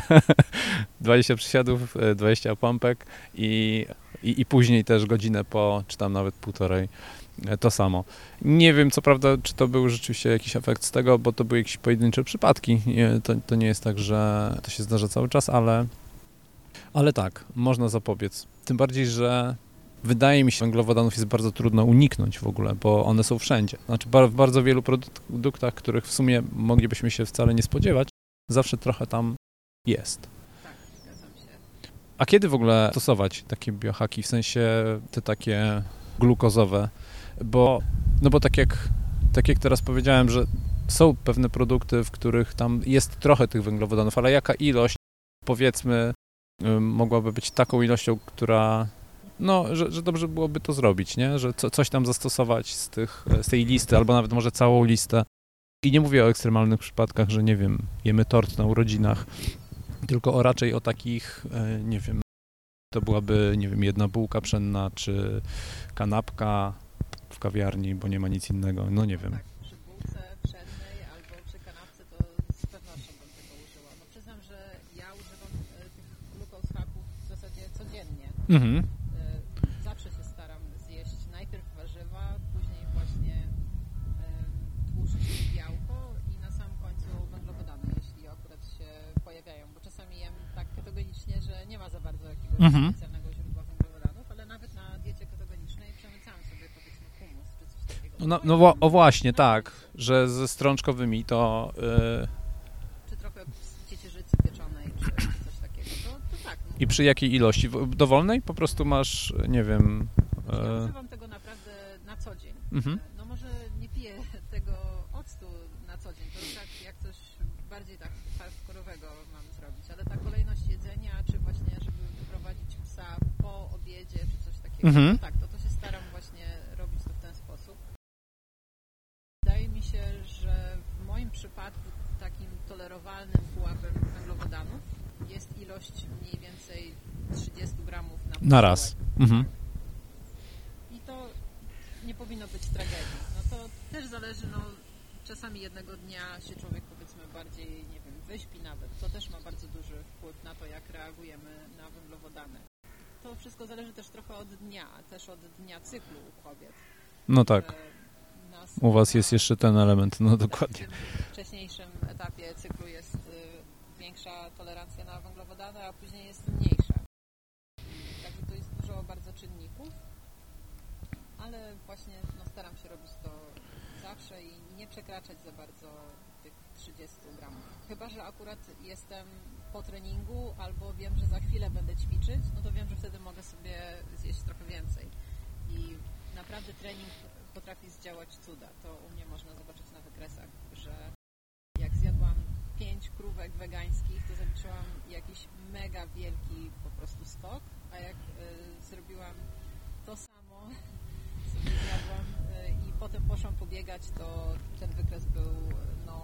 dwadzieścia przysiadów, dwadzieścia pompek i, i, i później też godzinę po, czy tam nawet półtorej, to samo. Nie wiem, co prawda, czy to był rzeczywiście jakiś efekt z tego, bo to były jakieś pojedyncze przypadki. Nie, to, to nie jest tak, że to się zdarza cały czas, ale, ale tak, można zapobiec. Tym bardziej, że wydaje mi się, że węglowodanów jest bardzo trudno uniknąć w ogóle, bo one są wszędzie. Znaczy w bardzo wielu produktach, których w sumie moglibyśmy się wcale nie spodziewać, zawsze trochę tam jest. Tak, zgadzam się. A kiedy w ogóle stosować takie biohaki, w sensie te takie glukozowe? Bo, no bo tak jak, tak jak teraz powiedziałem, że są pewne produkty, w których tam jest trochę tych węglowodanów, ale jaka ilość, powiedzmy, mogłaby być taką ilością, która, no, że, że dobrze byłoby to zrobić, nie? Że co, coś tam zastosować z, tych, z tej listy, albo nawet może całą listę. I nie mówię o ekstremalnych przypadkach, że nie wiem, jemy tort na urodzinach, tylko o raczej o takich, nie wiem, to byłaby, nie wiem, jedna bułka pszenna, czy kanapka w kawiarni, bo nie ma nic innego, no nie wiem. Tak, przy bułce pszennej albo przy kanapce to z pewnością bym tego użyła. No przyznam, że ja używam e, tych glucose hacków w zasadzie codziennie. Mhm. E, zawsze się staram zjeść najpierw warzywa, później właśnie e, tłuszcz i białko i na samym końcu węglowodany, jeśli akurat się pojawiają, bo czasami jem tak ketogenicznie, że nie ma za bardzo jakiegoś Mhm. specjalnego źródła węglowodanów, ale nawet na diecie ketogenicznej przemycam sobie powiedzmy humus czy coś takiego. No, no wo- o właśnie, tak, że ze strączkowymi to... Yy, Czy trochę ciecierzycy pieczonej, czy, czy coś takiego, to, to tak. No. I przy jakiej ilości? W- Dowolnej? Po prostu masz, nie wiem... Ja Yy, używam tego naprawdę na co dzień. mhm. No może nie piję tego octu na co dzień, to tak jak coś bardziej tak hardkorowego mam zrobić, ale ta kolejność jedzenia, czy właśnie żeby wyprowadzić psa po obiedzie, czy coś takiego, Mhm. to tak, to, to się staram właśnie robić to w ten sposób. Wydaje mi się, że w moim przypadku takim tolerowalnym pułapem węglowodanów jest ilość mniej więcej trzydzieści gramów na Na raz. posiłek. Mhm. I to nie powinno być tragedii. No to też zależy, no czasami jednego dnia się człowiek powiedzmy bardziej, nie wiem, wyśpi nawet. To też ma bardzo duży wpływ na to, jak reagujemy na węglowodany. To wszystko zależy też trochę od dnia, też od dnia cyklu u kobiet. No tak, Że nas u was na- jest jeszcze ten element, no dokładnie. W tym wcześniejszym etapie cyklu jest y, większa tolerancja na węglowodany, a później jest mniejsza. Także to jest dużo bardzo czynników, ale właśnie no, staram się robić to zawsze i nie przekraczać za bardzo tych trzydzieści gramów. Chyba że akurat jestem po treningu albo wiem, że za chwilę będę ćwiczyć, no to wiem, że wtedy mogę sobie zjeść trochę więcej. I naprawdę trening potrafi zdziałać cuda. To u mnie można zobaczyć na wykresach, że jak zjadłam pięć krówek wegańskich, to zaliczyłam jakiś mega wielki po prostu skok, a jak y, zrobiłam to samo, sobie zjadłam y, i potem poszłam pobiegać, to ten wykres był, no,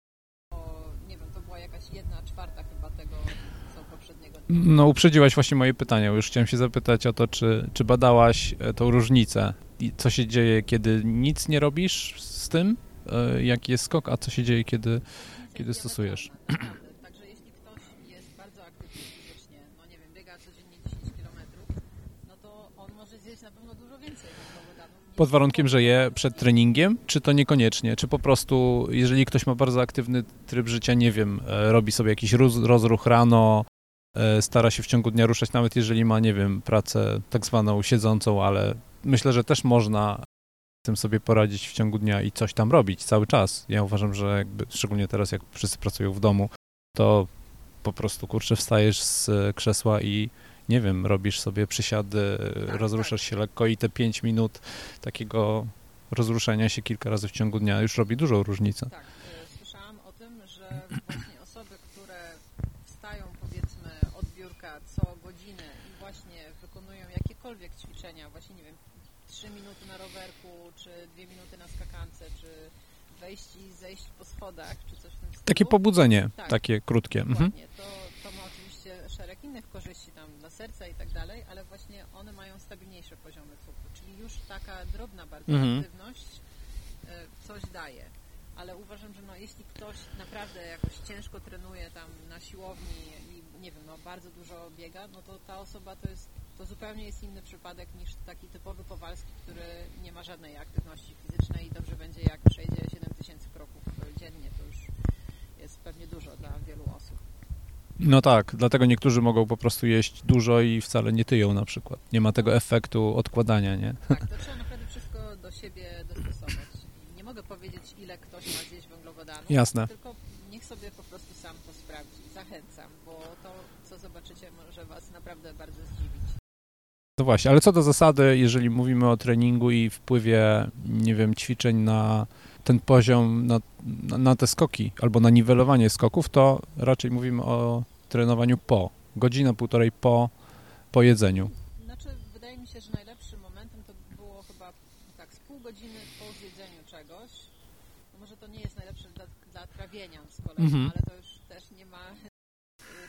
o, nie wiem, to była jakaś jedna czwarta chyba tego, co poprzedniego dnia. No uprzedziłaś właśnie moje pytania, już chciałem się zapytać o to, czy, czy badałaś e, tą różnicę i co się dzieje, kiedy nic nie robisz z tym, e, jaki jest skok, a co się dzieje, kiedy... kiedy Nic stosujesz. diametralne, naprawdę. Także jeśli ktoś jest bardzo aktywny fizycznie, no nie wiem, biega codziennie dziesięć kilometrów, no to on może zjeść na pewno dużo więcej węglowodanów. niż Pod warunkiem, że je człowiek, przed treningiem, czy to niekoniecznie? Czy po prostu, jeżeli ktoś ma bardzo aktywny tryb życia, nie wiem, e, robi sobie jakiś roz, rozruch rano, e, stara się w ciągu dnia ruszać, nawet jeżeli ma, nie wiem, pracę tak zwaną siedzącą, ale myślę, że też można z tym sobie poradzić w ciągu dnia i coś tam robić cały czas. Ja uważam, że jakby, szczególnie teraz, jak wszyscy pracują w domu, to po prostu, kurczę, wstajesz z krzesła i nie wiem, robisz sobie przysiady, Tak, rozruszasz tak. się lekko i te pięć minut takiego rozruszania się kilka razy w ciągu dnia już robi dużą różnicę. Tak, y, słyszałam o tym, że właśnie osoby, które wstają powiedzmy od biurka co godzinę i właśnie wykonują jakiekolwiek ćwiczenia, właśnie nie wiem, trzy minuty na rowerku, czy dwie minuty na skakance, czy wejść i zejść po schodach, czy coś w tym stylu. Takie pobudzenie, Tak. takie krótkie. Mhm. Dokładnie, to, to ma oczywiście szereg innych korzyści tam dla serca i tak dalej, ale właśnie one mają stabilniejsze poziomy cukru, czyli już taka drobna bardzo Mhm. aktywność y, coś daje. Ale uważam, że no, jeśli ktoś naprawdę jakoś ciężko trenuje tam na siłowni i nie wiem, no bardzo dużo biega, no to ta osoba to jest, to zupełnie jest inny przypadek niż taki typowy Kowalski, który nie ma żadnej aktywności fizycznej i dobrze będzie jak przejdzie siedem tysięcy kroków dziennie, to już jest pewnie dużo dla wielu osób. No tak, dlatego niektórzy mogą po prostu jeść dużo i wcale nie tyją na przykład. Nie ma tego efektu odkładania, nie? Tak, to trzeba naprawdę wszystko do siebie dostosować. Nie mogę powiedzieć, ile ktoś ma zjeść węglowodanów, Jasne. tylko niech sobie po prostu sam to sprawdzi. Zachęcam, bo to, co zobaczycie, może Was naprawdę bardzo zdziwić. No właśnie, ale co do zasady, jeżeli mówimy o treningu i wpływie, nie wiem, ćwiczeń na ten poziom, na, na, na te skoki albo na niwelowanie skoków, to raczej mówimy o trenowaniu po, godzina, półtorej po, po jedzeniu. Znaczy, wydaje mi się, że najlepszym momentem to było chyba tak z pół godziny po zjedzeniu czegoś. No może to nie jest najlepsze dla, dla trawienia z kolei, Mhm. ale to już też nie ma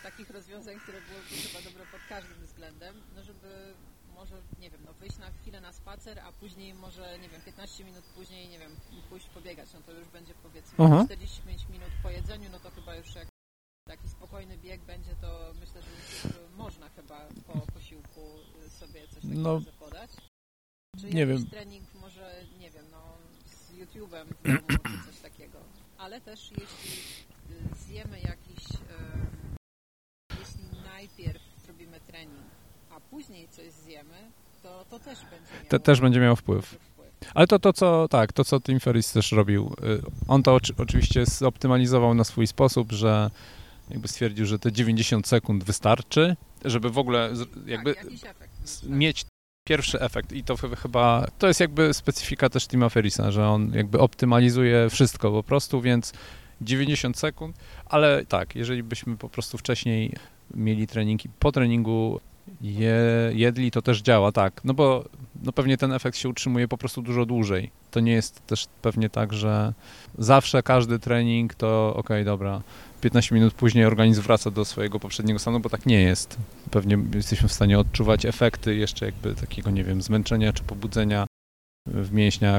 takich rozwiązań, które byłyby chyba dobre pod każdym względem, no żeby może, nie wiem, no wyjść na chwilę na spacer, a później może, nie wiem, piętnaście minut później, nie wiem, pójść pobiegać, no to już będzie powiedzmy uh-huh. czterdzieści pięć minut po jedzeniu, no to chyba już jak taki spokojny bieg będzie, to myślę, że już można chyba po posiłku sobie coś takiego no, zapodać. Czy nie jakiś wiem. trening może, nie wiem, no z YouTube'em w domu, czy coś takiego. Ale też jeśli zjemy jakiś, um, jeśli najpierw zrobimy trening, a później coś zjemy, to, to też będzie miało, Te, też będzie miało wpływ. wpływ. Ale to, to co, tak, to co Tim Ferriss też robił, on to oczy, oczywiście zoptymalizował na swój sposób, że jakby stwierdził, że te dziewięćdziesiąt sekund wystarczy, żeby w ogóle jakby tak, efekt, mieć pierwszy efekt i to chyba, to jest jakby specyfika też Tima Ferrissa, że on jakby optymalizuje wszystko po prostu, więc dziewięćdziesiąt sekund, ale tak, jeżeli byśmy po prostu wcześniej mieli trening i po treningu je, jedli, to też działa, tak, no bo no pewnie ten efekt się utrzymuje po prostu dużo dłużej. To nie jest też pewnie tak, że zawsze każdy trening to okej, okay, dobra, piętnaście minut później organizm wraca do swojego poprzedniego stanu, bo tak nie jest. Pewnie jesteśmy w stanie odczuwać efekty jeszcze jakby takiego, nie wiem, zmęczenia czy pobudzenia w mięśniach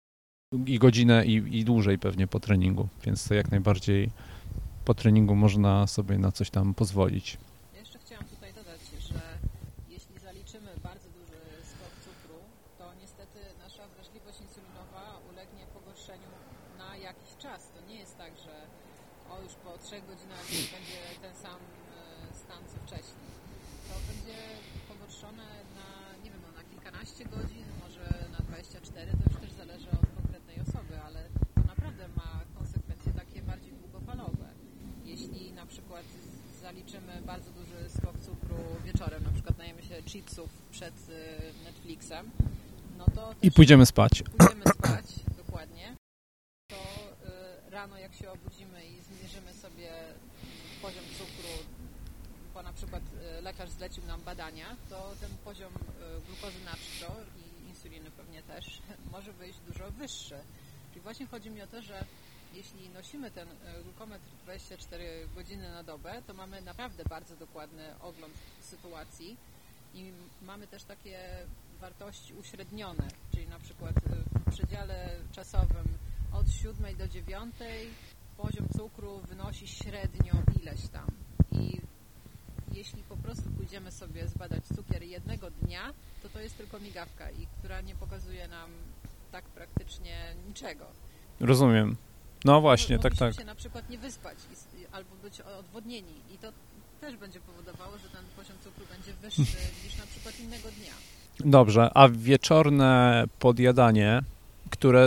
i godzinę i, i dłużej pewnie po treningu, więc to jak najbardziej po treningu można sobie na coś tam pozwolić. Ja jeszcze chciałam tutaj dodać, że jeśli zaliczymy bardzo duży skok cukru, to niestety nasza wrażliwość insulinowa ulegnie pogorszeniu na jakiś czas. To nie jest tak, że o już po trzech godzinach będzie ten sam stan co wcześniej. To będzie pogorszone na, nie wiem, no, na kilkanaście godzin, może na dwadzieścia cztery, to już też zależy od konkretnej osoby, ale to naprawdę ma konsekwencje takie bardziej długofalowe. Jeśli na przykład zaliczymy bardzo duży skok cukru wieczorem, na przykład najemy się chipsów przed Netflixem, no to i pójdziemy spać. Pójdziemy spać, dokładnie. To y, rano jak się obudzimy i zmierzymy sobie poziom cukru, bo na przykład y, lekarz zlecił nam badania, to ten poziom y, glukozy natrzo i insuliny pewnie też może wyjść dużo wyższy. Czyli właśnie chodzi mi o to, że jeśli nosimy ten glukometr dwadzieścia cztery godziny na dobę, to mamy naprawdę bardzo dokładny ogląd sytuacji i mamy też takie wartości uśrednione, czyli na przykład w przedziale czasowym od siódmej do dziewiątej poziom cukru wynosi średnio ileś tam i jeśli po prostu pójdziemy sobie zbadać cukier jednego dnia, to to jest tylko migawka, i która nie pokazuje nam tak praktycznie niczego. Rozumiem. No właśnie, tak, tak. się na przykład nie wyspać i, albo być odwodnieni i to też będzie powodowało, że ten poziom cukru będzie wyższy niż na przykład innego dnia. Dobrze, a wieczorne podjadanie, które,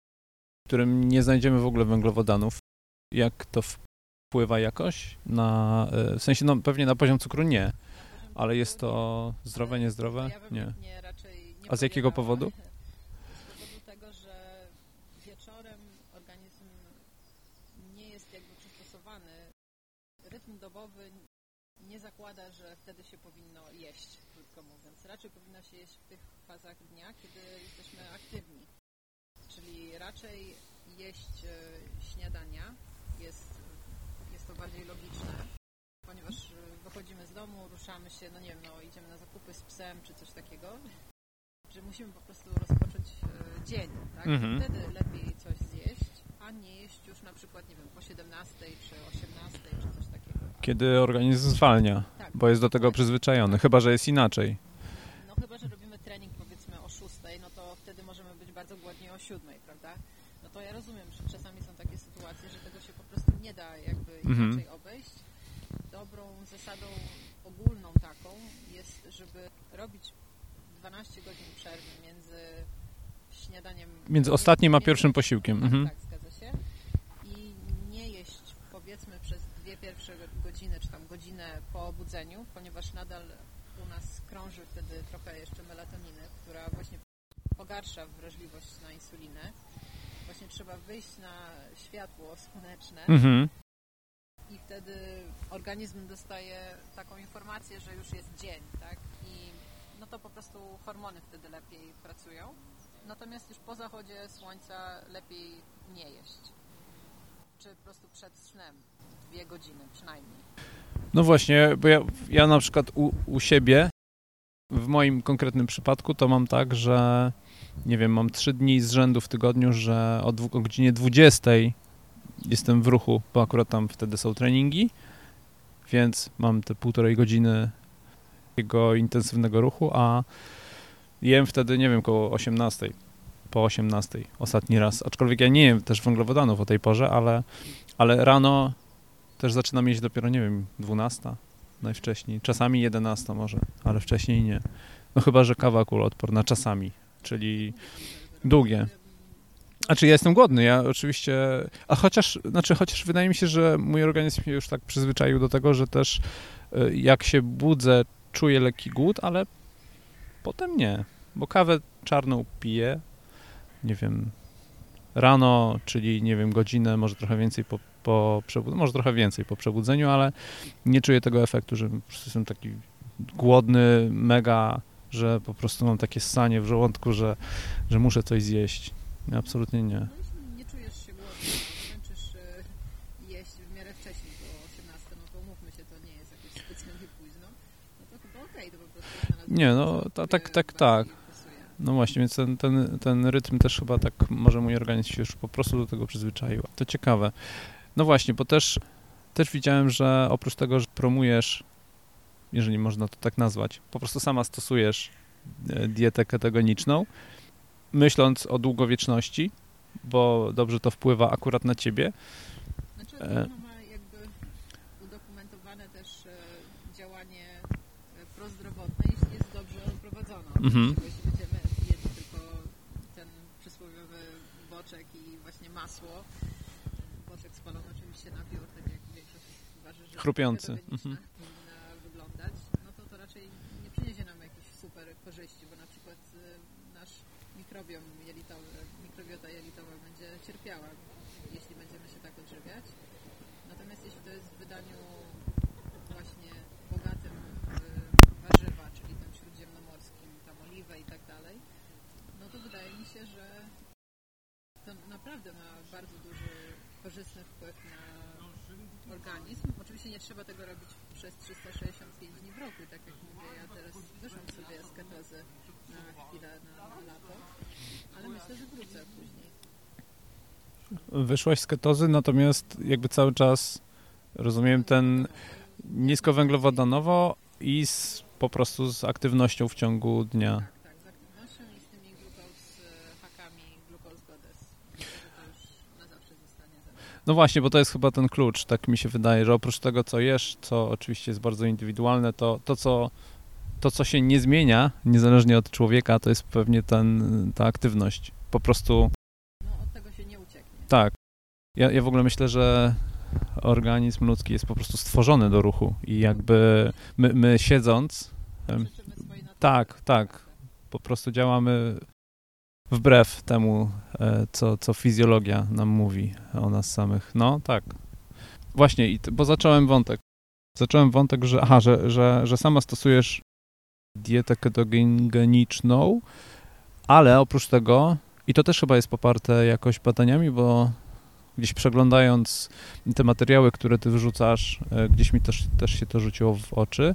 w którym nie znajdziemy w ogóle węglowodanów, jak to wpływa jakoś na, w sensie, no pewnie na poziom cukru nie, ale jest to zdrowe, niezdrowe? Ja bym nie. nie, raczej nie A z jakiego powiadała. powodu? Z powodu tego, że wieczorem organizm nie jest jakby przystosowany. Rytm dobowy nie zakłada, że wtedy się powinno jeść, krótko mówiąc. Raczej powinno się jeść w tych fazach dnia, kiedy jesteśmy aktywni. Czyli raczej jeść śniadania jest, jest to bardziej logiczne, ponieważ wychodzimy z domu, ruszamy się, no nie wiem, no idziemy na zakupy z psem czy coś takiego, że musimy po prostu rozpocząć dzień, tak? Mhm. Wtedy lepiej coś zjeść, a nie jeść już na przykład, nie wiem, po siedemnastej czy osiemnastej czy coś takiego. Kiedy organizm zwalnia, tak, bo jest do tego tak przyzwyczajony, chyba że jest inaczej. No chyba że robimy trening powiedzmy o szóstej, no to wtedy możemy być bardzo głodni o siódmej, prawda? No to ja rozumiem, że czasami są takie sytuacje, że tego się po prostu nie da jakby inaczej mhm. obejść. Dobrą zasadą ogólną taką jest, żeby robić dwanaście godzin przerwy między śniadaniem... Między ostatnim a między, pierwszym posiłkiem. Tak, mhm. tak, zgadza się. I nie jeść powiedzmy przez dwie pierwsze godziny, czy tam godzinę po obudzeniu, ponieważ nadal u nas krąży wtedy trochę jeszcze melatoniny, która właśnie pogarsza wrażliwość na insulinę. Właśnie trzeba wyjść na światło słoneczne mhm. i wtedy organizm dostaje taką informację, że już jest dzień, tak? I no to po prostu hormony wtedy lepiej pracują. Natomiast już po zachodzie słońca lepiej nie jeść. Czy po prostu przed snem. Dwie godziny przynajmniej. No właśnie, bo ja, ja na przykład u, u siebie, w moim konkretnym przypadku to mam tak, że nie wiem, mam trzy dni z rzędu w tygodniu, że o, dwu, o godzinie dwudziestej jestem w ruchu, bo akurat tam wtedy są treningi, więc mam te półtorej godziny takiego intensywnego ruchu, a jem wtedy, nie wiem, koło osiemnastej, po osiemnastej ostatni raz, aczkolwiek ja nie jem też węglowodanów o tej porze, ale, ale rano też zaczynam jeść dopiero, nie wiem, dwunasta najwcześniej, czasami jedenasta może, ale wcześniej nie. No chyba, że kawa kuloodporna czasami, czyli długie. Znaczy ja jestem głodny, ja oczywiście, a chociaż, znaczy chociaż wydaje mi się, że mój organizm się już tak przyzwyczaił do tego, że też jak się budzę, czuję lekki głód, ale potem nie, bo kawę czarną piję, nie wiem, rano, czyli nie wiem, godzinę, może trochę więcej po, po przebudzeniu, może trochę więcej po przebudzeniu, ale nie czuję tego efektu, że po prostu jestem taki głodny, mega, że po prostu mam takie ssanie w żołądku, że, że muszę coś zjeść. Absolutnie nie. No jeśli nie czujesz się głodny, kończysz jeść w miarę wcześniej, po osiemnastej, no to umówmy się, to nie jest jakieś specjalnie późno, no to chyba okej, to po prostu... Nie, no to, tak, tak, tak. No właśnie, więc ten, ten, ten rytm też chyba tak, może mój organizm się już po prostu do tego przyzwyczaił. To ciekawe. No właśnie, bo też, też widziałem, że oprócz tego, że promujesz, jeżeli można to tak nazwać, po prostu sama stosujesz dietę ketogeniczną, myśląc o długowieczności, bo dobrze to wpływa akurat na ciebie. Znaczy, ona ma jakby udokumentowane też działanie prozdrowotne, jeśli jest dobrze prowadzone. Mhm. Jeśli będziemy jedli tylko ten przysłowiowy boczek i właśnie masło, boczek spalony oczywiście na piór, tak jak większość uważa, że chrupiący mhm. powinna wyglądać, no to to raczej nie przyniesie nam jakichś super korzyści, bo na przykład nasz mikrobiom jelitowy, mikrobiota jelitowa będzie cierpiała, jeśli będziemy się tak odżywiać. Natomiast jeśli to jest w wydaniu właśnie bogatym w warzywa, czyli tym śródziemnomorskim, tam oliwę i tak dalej, no to wydaje mi się, że to naprawdę ma bardzo duży, korzystny wpływ na organizm. Oczywiście nie trzeba tego robić przez trzysta sześćdziesiąt pięć dni w roku, tak jak mówię, ja teraz wyszłam sobie z ketozy na chwilę, na, na lato, ale myślę, że wrócę później. Wyszłaś z ketozy, natomiast jakby cały czas, rozumiem, ten niskowęglowodanowo i z, po prostu z aktywnością w ciągu dnia. Tak, tak, z aktywnością i z tymi glucose hakami, glucose goddess. Myślę, że to już na zawsze zostanie ze mną. No właśnie, bo to jest chyba ten klucz, tak mi się wydaje, że oprócz tego, co jesz, co oczywiście jest bardzo indywidualne, to to, co, to, co się nie zmienia, niezależnie od człowieka, to jest pewnie ten, ta aktywność. Po prostu... No od tego się nie ucieknie. Tak. Ja, ja w ogóle myślę, że organizm ludzki jest po prostu stworzony do ruchu i jakby my, my siedząc... em, tak, tak. Po prostu działamy wbrew temu, e, co, co fizjologia nam mówi o nas samych. No, tak. Właśnie, i t- bo zacząłem wątek. Zacząłem wątek, że aha, że, że, że sama stosujesz dietę ketogeniczną, ale oprócz tego, i to też chyba jest poparte jakoś badaniami, bo gdzieś przeglądając te materiały, które ty wrzucasz, e, gdzieś mi też, też się to rzuciło w oczy,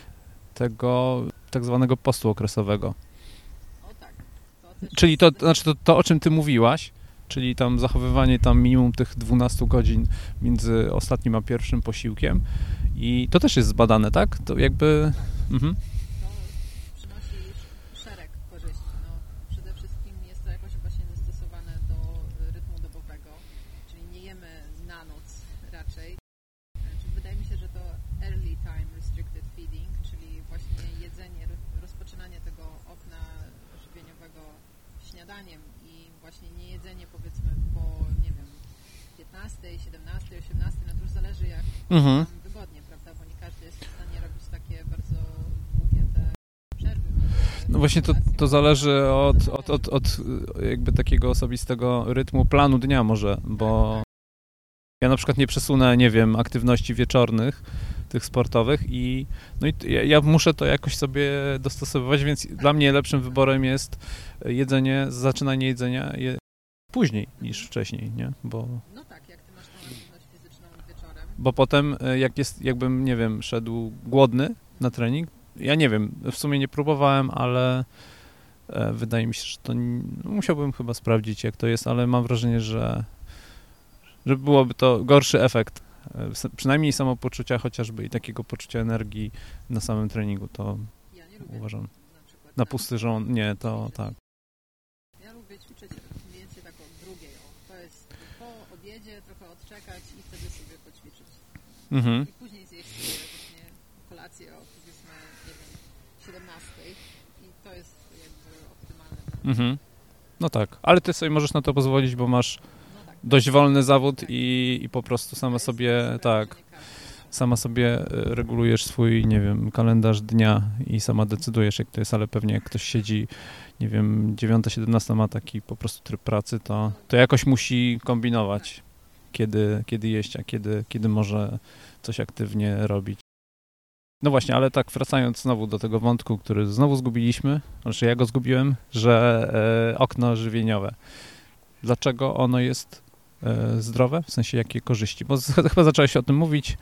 tego tak zwanego postu okresowego. O tak. To też Czyli to, to znaczy to, to, o czym ty mówiłaś, czyli tam zachowywanie tam minimum tych dwunastu godzin między ostatnim a pierwszym posiłkiem i to też jest zbadane, tak? To jakby... Mhm. To przynosi szereg korzyści. No, przede wszystkim jest to jakoś właśnie dostosowane do rytmu dobowego, czyli nie jemy na noc raczej. Wydaje mi się, że to early time restricted feeding, czyli właśnie jedzenie, rozpoczynanie tego okna żywieniowego śniadaniem i właśnie nie jedzenie powiedzmy po, nie wiem, piętnastej, siedemnastej, osiemnastej, no to już zależy jak Mhm. nam wygodnie, prawda, bo nie każdy jest w stanie robić takie bardzo długie te przerwy. No właśnie to, to zależy od, od, od, od jakby takiego osobistego rytmu, planu dnia może, bo ja na przykład nie przesunę, nie wiem, aktywności wieczornych, tych sportowych i no i ja, ja muszę to jakoś sobie dostosowywać, więc dla mnie lepszym wyborem jest jedzenie, zaczynanie jedzenia je później niż wcześniej, nie? Bo, No tak, jak ty masz tą aktywność fizyczną wieczorem. bo potem jak jest, jakbym, nie wiem, szedł głodny na trening, ja nie wiem, w sumie nie próbowałem, ale wydaje mi się, że to nie, musiałbym chyba sprawdzić, jak to jest, ale mam wrażenie, że, że byłoby to gorszy efekt, przynajmniej samopoczucia chociażby i takiego poczucia energii na samym treningu, to ja nie lubię uważam. Na, przykład, na pusty żołąd, nie, to tak. Ja lubię ćwiczyć mniej więcej tak o drugiej, o. To jest po obiedzie trochę odczekać i wtedy sobie poćwiczyć. Mhm. I później zjeść sobie właśnie kolację o powiedzmy, nie wiem, siedemnastej i to jest jakby optymalne. Mhm. No tak, ale ty sobie możesz na to pozwolić, bo masz No tak. dość wolny zawód Tak. i, i po prostu sama To jest sobie, sprawa, tak, że nie każdy. sama sobie e, regulujesz swój, nie wiem, kalendarz dnia i sama decydujesz, jak to jest, ale pewnie jak ktoś siedzi, nie wiem, dziewiąta, siedemnasta ma taki po prostu tryb pracy, to, to jakoś musi kombinować, kiedy, kiedy jeść, a kiedy, kiedy może coś aktywnie robić. No właśnie, ale tak wracając znowu do tego wątku, który znowu zgubiliśmy, znaczy ja go zgubiłem, że e, okno żywieniowe. Dlaczego ono jest e, zdrowe? W sensie jakie korzyści? Bo z, chyba zacząłeś o tym mówić,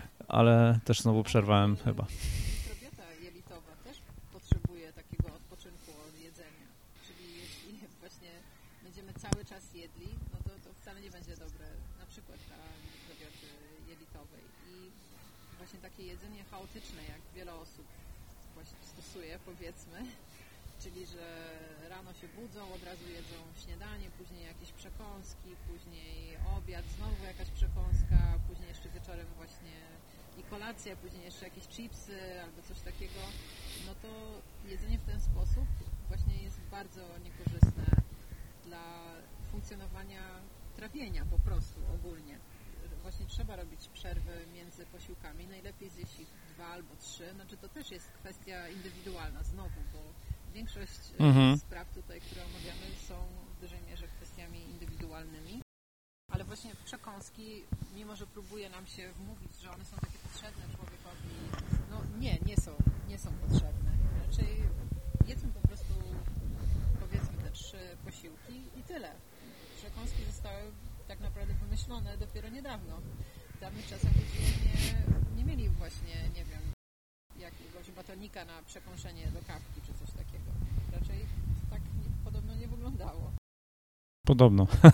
ale też znowu przerwałem chyba. Mikrobiota jelitowa też potrzebuje takiego odpoczynku od jedzenia. Czyli jeśli właśnie będziemy cały czas jedli, no to, to wcale nie będzie dobre na przykład dla mikrobioty jelitowej. I właśnie takie jedzenie chaotyczne, jak wiele osób właśnie stosuje, powiedzmy, czyli że rano się budzą, od razu jedzą śniadanie, później jakieś przekąski, później obiad, znowu jakaś przekąska, później jeszcze wieczorem właśnie i kolacja, później jeszcze jakieś chipsy albo coś takiego, no to jedzenie w ten sposób właśnie jest bardzo niekorzystne dla funkcjonowania trawienia po prostu ogólnie. Właśnie trzeba robić przerwy między posiłkami, najlepiej zjeść ich dwa albo trzy, znaczy to też jest kwestia indywidualna znowu, bo większość Mhm. spraw tutaj, które omawiamy, są w dużej mierze kwestiami indywidualnymi. Ale właśnie przekąski, mimo że próbuje nam się wmówić, że one są takie potrzebne człowiekowi, no nie, nie są, nie są potrzebne. Raczej jedzmy po prostu, powiedzmy, te trzy posiłki i tyle. Przekąski zostały tak naprawdę wymyślone dopiero niedawno. W dawnych czasach ludzie nie, nie mieli właśnie, nie wiem, jakiegoś batonika na przekąszenie do kawki czy coś takiego. Raczej tak nie, podobno nie wyglądało. Podobno. No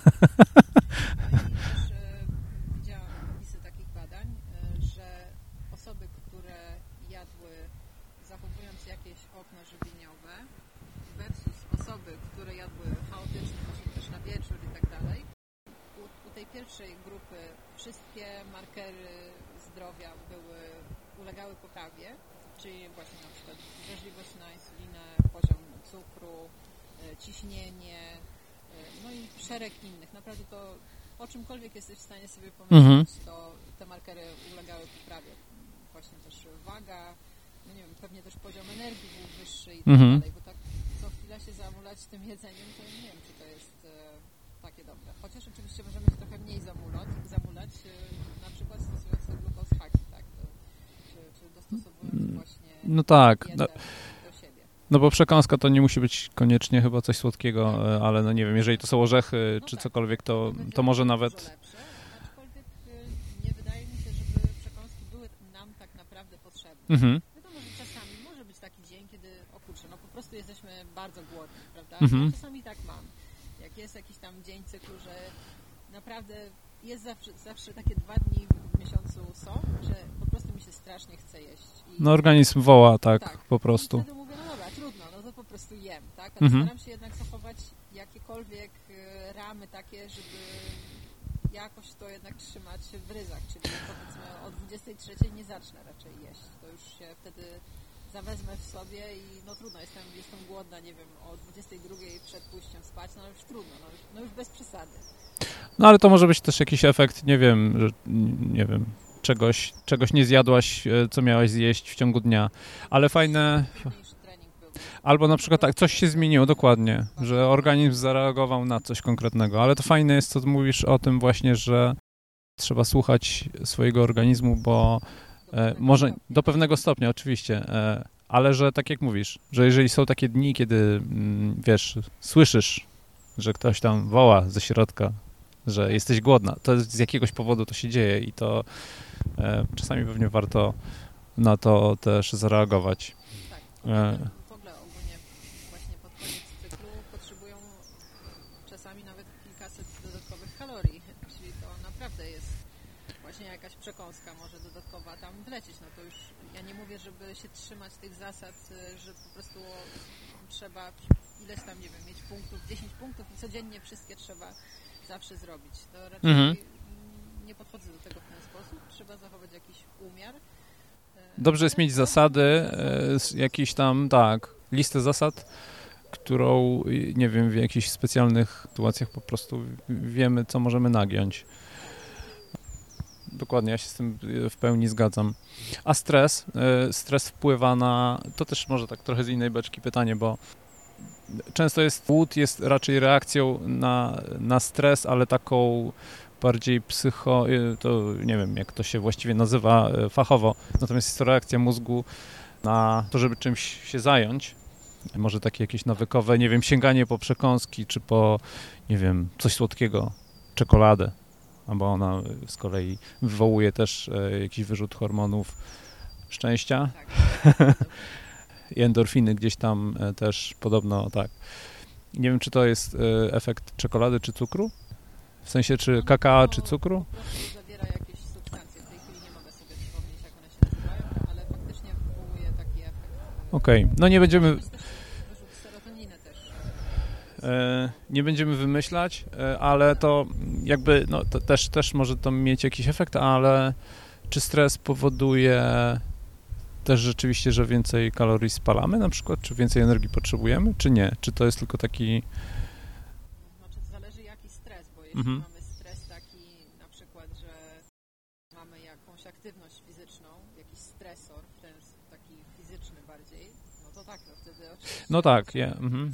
i też e, widziałam opisy takich badań, e, że osoby, które jadły zachowując jakieś okno żywieniowe versus osoby, które jadły chaotycznie, właśnie też na wieczór i tak dalej, u, u tej pierwszej grupy wszystkie markery zdrowia były, ulegały poprawie, czyli właśnie na przykład wrażliwość na insulinę, poziom cukru, e, ciśnienie, no i szereg innych. Naprawdę to o czymkolwiek jesteś w stanie sobie pomyśleć, Mhm. to te markery ulegały poprawie. Właśnie też waga, no nie wiem, pewnie też poziom energii był wyższy i tak Mhm. dalej, bo tak co chwila się zamulać tym jedzeniem, to nie wiem, czy to jest e, takie dobre. Chociaż oczywiście możemy się trochę mniej zamulać, zamulać e, na przykład stosując te glucose hacki, tak, to, czy, czy dostosowując właśnie No tak, dietę no, do siebie. no bo przekąska to nie musi być koniecznie chyba coś słodkiego, e, ale no nie wiem, jeżeli to są orzechy No czy tak, cokolwiek, to, mogą być to może dużo nawet... lepsze, aczkolwiek y, nie wydaje mi się, żeby przekąski były nam tak naprawdę potrzebne. Mhm. Wiadomo, że czasami może być taki dzień, kiedy o kurczę, no po prostu jesteśmy bardzo głodni, prawda? Mhm. Ja czasami tak mam. Jak jest jakiś tam dzień cyklu, że naprawdę jest zawsze, zawsze takie dwa dni w miesiącu są, że po prostu mi się strasznie chce jeść. I No organizm woła tak, tak, po I prostu. wtedy mówię, no dobra, trudno, no to po prostu jem, tak? Ale Mhm. staram się jednak zachować jakiekolwiek y, ramy takie, żeby jakoś to jednak trzymać w ryzach, czyli powiedzmy o dwudziestej trzeciej nie zacznę raczej jeść. To już się wtedy zawezmę w sobie i no trudno, jestem, jestem głodna, nie wiem, o dwudziestej drugiej przed pójściem spać, no już trudno, no już, no już bez przesady. No ale to może być też jakiś efekt, nie wiem, że, nie wiem, czegoś, czegoś nie zjadłaś, e, co miałaś zjeść w ciągu dnia, ale fajne... Trudniejszy trening był. Albo na przykład tak, coś się zmieniło, dokładnie, że organizm zareagował na coś konkretnego, ale to fajne jest, co ty mówisz o tym właśnie, że trzeba słuchać swojego organizmu, bo e, może do pewnego stopnia oczywiście, e, ale że tak jak mówisz, że jeżeli są takie dni, kiedy mm, wiesz, słyszysz, że ktoś tam woła ze środka, że jesteś głodna. To z jakiegoś powodu to się dzieje i to e, czasami pewnie warto na to też zareagować. Tak, E, w ogóle ogólnie właśnie pod koniec cyklu potrzebują czasami nawet kilkaset dodatkowych kalorii, czyli to naprawdę jest właśnie jakaś przekąska może dodatkowa tam wlecieć. No to już ja nie mówię, żeby się trzymać tych zasad, że po prostu trzeba ileś tam, nie wiem, mieć punktów, dziesięć punktów i codziennie wszystkie trzeba zawsze zrobić. To raczej mhm. nie podchodzę do tego w ten sposób. Trzeba zachować jakiś umiar. Dobrze jest mieć zasady, jakiś tam, tak, listę zasad, którą, nie wiem, w jakichś specjalnych sytuacjach po prostu wiemy, co możemy nagiąć. Dokładnie, ja się z tym w pełni zgadzam. A stres? Stres wpływa na... To też może tak trochę z innej beczki pytanie, bo często jest... Głód jest raczej reakcją na, na stres, ale taką bardziej psycho... To nie wiem, jak to się właściwie nazywa fachowo. Natomiast jest to reakcja mózgu na to, żeby czymś się zająć. Może takie jakieś nawykowe, nie wiem, sięganie po przekąski, czy po, nie wiem, coś słodkiego, czekoladę. Albo ona z kolei wywołuje też e, jakiś wyrzut hormonów szczęścia. Tak. I endorfiny gdzieś tam e, też podobno, tak. Nie wiem, czy to jest e, efekt czekolady czy cukru? W sensie, czy kakao, czy cukru? Po prostu zawiera jakieś substancje. W tej chwili nie mogę sobie przypomnieć, jak one się nazywają, ale faktycznie wywołuje taki efekt. Okej, okay. No nie będziemy... Też nie będziemy wymyślać, ale to jakby, no to też, też może to mieć jakiś efekt, ale czy stres powoduje też rzeczywiście, że więcej kalorii spalamy na przykład, czy więcej energii potrzebujemy, czy nie? Czy to jest tylko taki... Znaczy zależy jaki stres, bo jeśli mhm. mamy stres taki na przykład, że mamy jakąś aktywność fizyczną, jakiś stresor, ten taki fizyczny bardziej, no to tak, no wtedy oczywiście... No tak, ja... Mhm.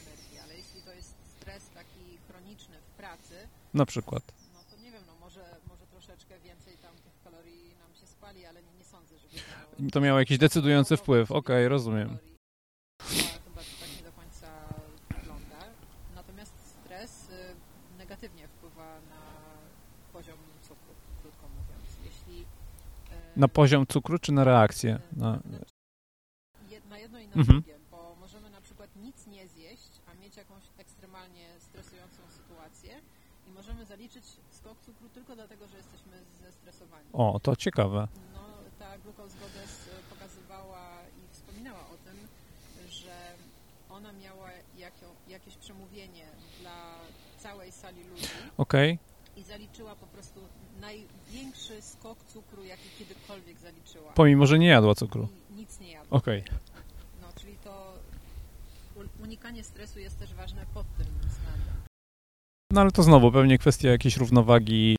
Na przykład. No to nie wiem, no może, może troszeczkę więcej tam tych kalorii nam się spali, ale nie, nie sądzę, żeby to... To miało jakiś decydujący wpływ, okej, okay, rozumiem. Chyba to tak nie do końca wygląda. Natomiast stres y, negatywnie wpływa na poziom cukru, krótko mówiąc. Jeśli... Y, na poziom cukru, czy na reakcję? Na, na jedno i na mhm. drugie, bo możemy na przykład nic nie zjeść, a mieć jakąś ekstremalnie stresującą sytuację, i możemy zaliczyć skok cukru tylko dlatego, że jesteśmy zestresowani. O, to ciekawe. No, ta Glucose Goddess pokazywała i wspominała o tym, że ona miała jaką, jakieś przemówienie dla całej sali ludzi. Okej. Okay. I zaliczyła po prostu największy skok cukru, jaki kiedykolwiek zaliczyła. Pomimo, że nie jadła cukru. I nic nie jadła. Okej. Okay. No, czyli to unikanie stresu jest też ważne pod tym względem. No ale to znowu pewnie kwestia jakiejś równowagi.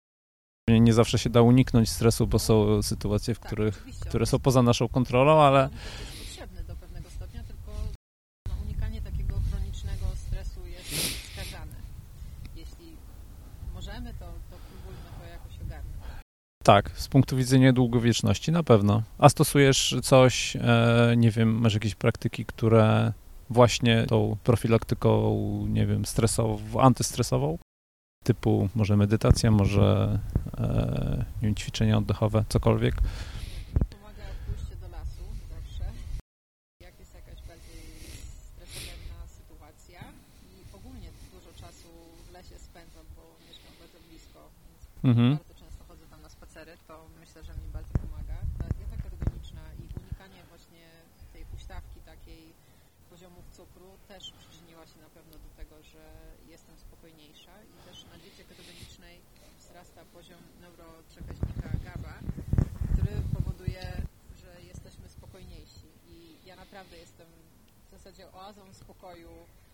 Nie zawsze się da uniknąć stresu, bo są sytuacje, w których, tak, które są poza naszą kontrolą, ale... To jest potrzebne do pewnego stopnia, tylko no, unikanie takiego chronicznego stresu jest wskazane. Jeśli możemy, to, to próbujmy to jakoś ogarnąć. Tak, z punktu widzenia długowieczności na pewno. A stosujesz coś, e, nie wiem, masz jakieś praktyki, które... właśnie tą profilaktyką, nie wiem, stresową, antystresową, typu może medytacja, może e, nie wiem, ćwiczenia oddechowe, cokolwiek. Pomaga pójście do lasu zawsze, jak jest jakaś bardziej stresowna sytuacja i ogólnie dużo czasu w lesie spędzam, bo mieszkam bardzo blisko, więc mhm. bardzo często chodzę tam na spacery, to myślę, że mi bardzo pomaga. Ta dieta ketogeniczna i unikanie właśnie tej huśtawki takiej poziomów cukru też przyczyniła się na pewno do tego, że jestem spokojniejsza i też na diecie ketogenicznej wzrasta poziom neuroprzekaźnika GABA, który powoduje, że jesteśmy spokojniejsi i ja naprawdę jestem w zasadzie oazą spokoju,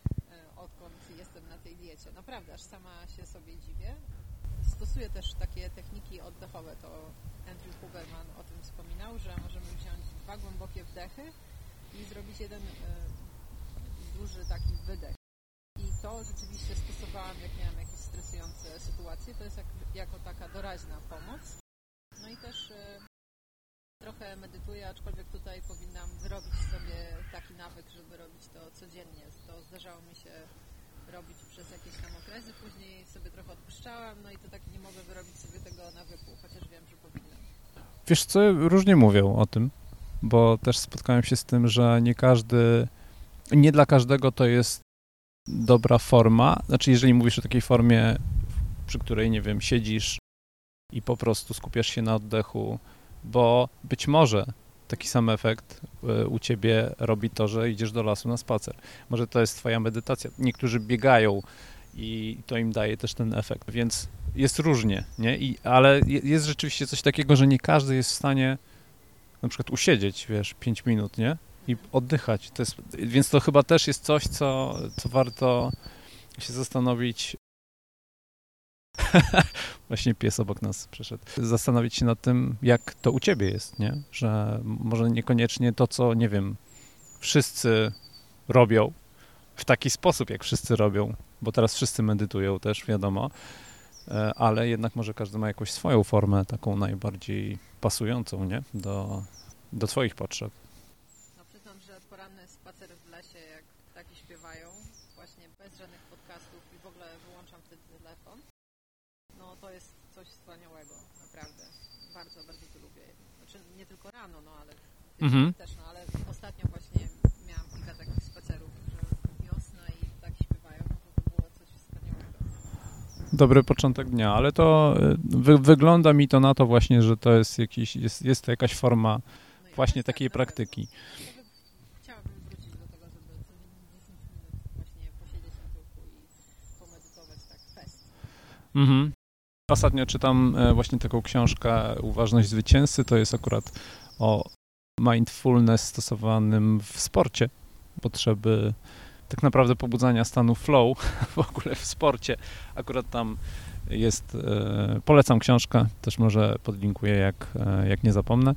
odkąd jestem na tej diecie. Naprawdę, aż sama się sobie dziwię. Stosuję też takie techniki oddechowe, to Andrew Huberman o tym wspominał, że możemy wziąć dwa głębokie wdechy i zrobić jeden duży taki wydech. I to rzeczywiście stosowałam, jak miałam jakieś stresujące sytuacje. To jest jak, jako taka doraźna pomoc. No i też y, trochę medytuję, aczkolwiek tutaj powinnam wyrobić sobie taki nawyk, żeby robić to codziennie. To zdarzało mi się robić przez jakieś tam okresy, później sobie trochę odpuszczałam, no i to tak nie mogę wyrobić sobie tego nawyku, chociaż wiem, że powinnam. Wiesz co, różnie mówią o tym, bo też spotkałem się z tym, że nie każdy, nie dla każdego to jest dobra forma. Znaczy, jeżeli mówisz o takiej formie, przy której, nie wiem, siedzisz i po prostu skupiasz się na oddechu, bo być może taki sam efekt u ciebie robi to, że idziesz do lasu na spacer. Może to jest twoja medytacja. Niektórzy biegają i to im daje też ten efekt, więc jest różnie, nie? I, ale jest rzeczywiście coś takiego, że nie każdy jest w stanie na przykład usiedzieć, wiesz, pięć minut, nie? I oddychać. To jest, więc to chyba też jest coś, co, co warto się zastanowić. Właśnie pies obok nas przeszedł. Zastanowić się nad tym, jak to u ciebie jest, nie? Że może niekoniecznie to, co, nie wiem, wszyscy robią w taki sposób, jak wszyscy robią, bo teraz wszyscy medytują też, wiadomo, ale jednak może każdy ma jakąś swoją formę, taką najbardziej pasującą, nie? Do, do twoich potrzeb. No przyznam, że poranny spacer w lesie, jak ptaki śpiewają, właśnie bez żadnych podcastów i w ogóle wyłączam wtedy telefon, no to jest coś wspaniałego, naprawdę. Bardzo, bardzo to lubię. Znaczy nie tylko rano, no ale mhm. też, no ale ostatnio właśnie miałam kilka takich spacerów, że wiosna i ptaki śpiewają, no to to było coś wspaniałego. Dobry początek dnia, ale to wy, wygląda mi to na to właśnie, że to jest jakiś, jest, jest to jakaś forma no właśnie takiej tak, praktyki. Nawet, chciałabym wrócić do tego, żeby dziesięć minut właśnie posiedzieć na tyłku i pomedytować tak fest. Mhm. Ostatnio czytam właśnie taką książkę Uważność zwycięzcy, to jest akurat o mindfulness stosowanym w sporcie, potrzeby tak naprawdę pobudzania stanu flow w ogóle w sporcie. Akurat tam jest, e, polecam książkę, też może podlinkuję, jak, e, jak nie zapomnę.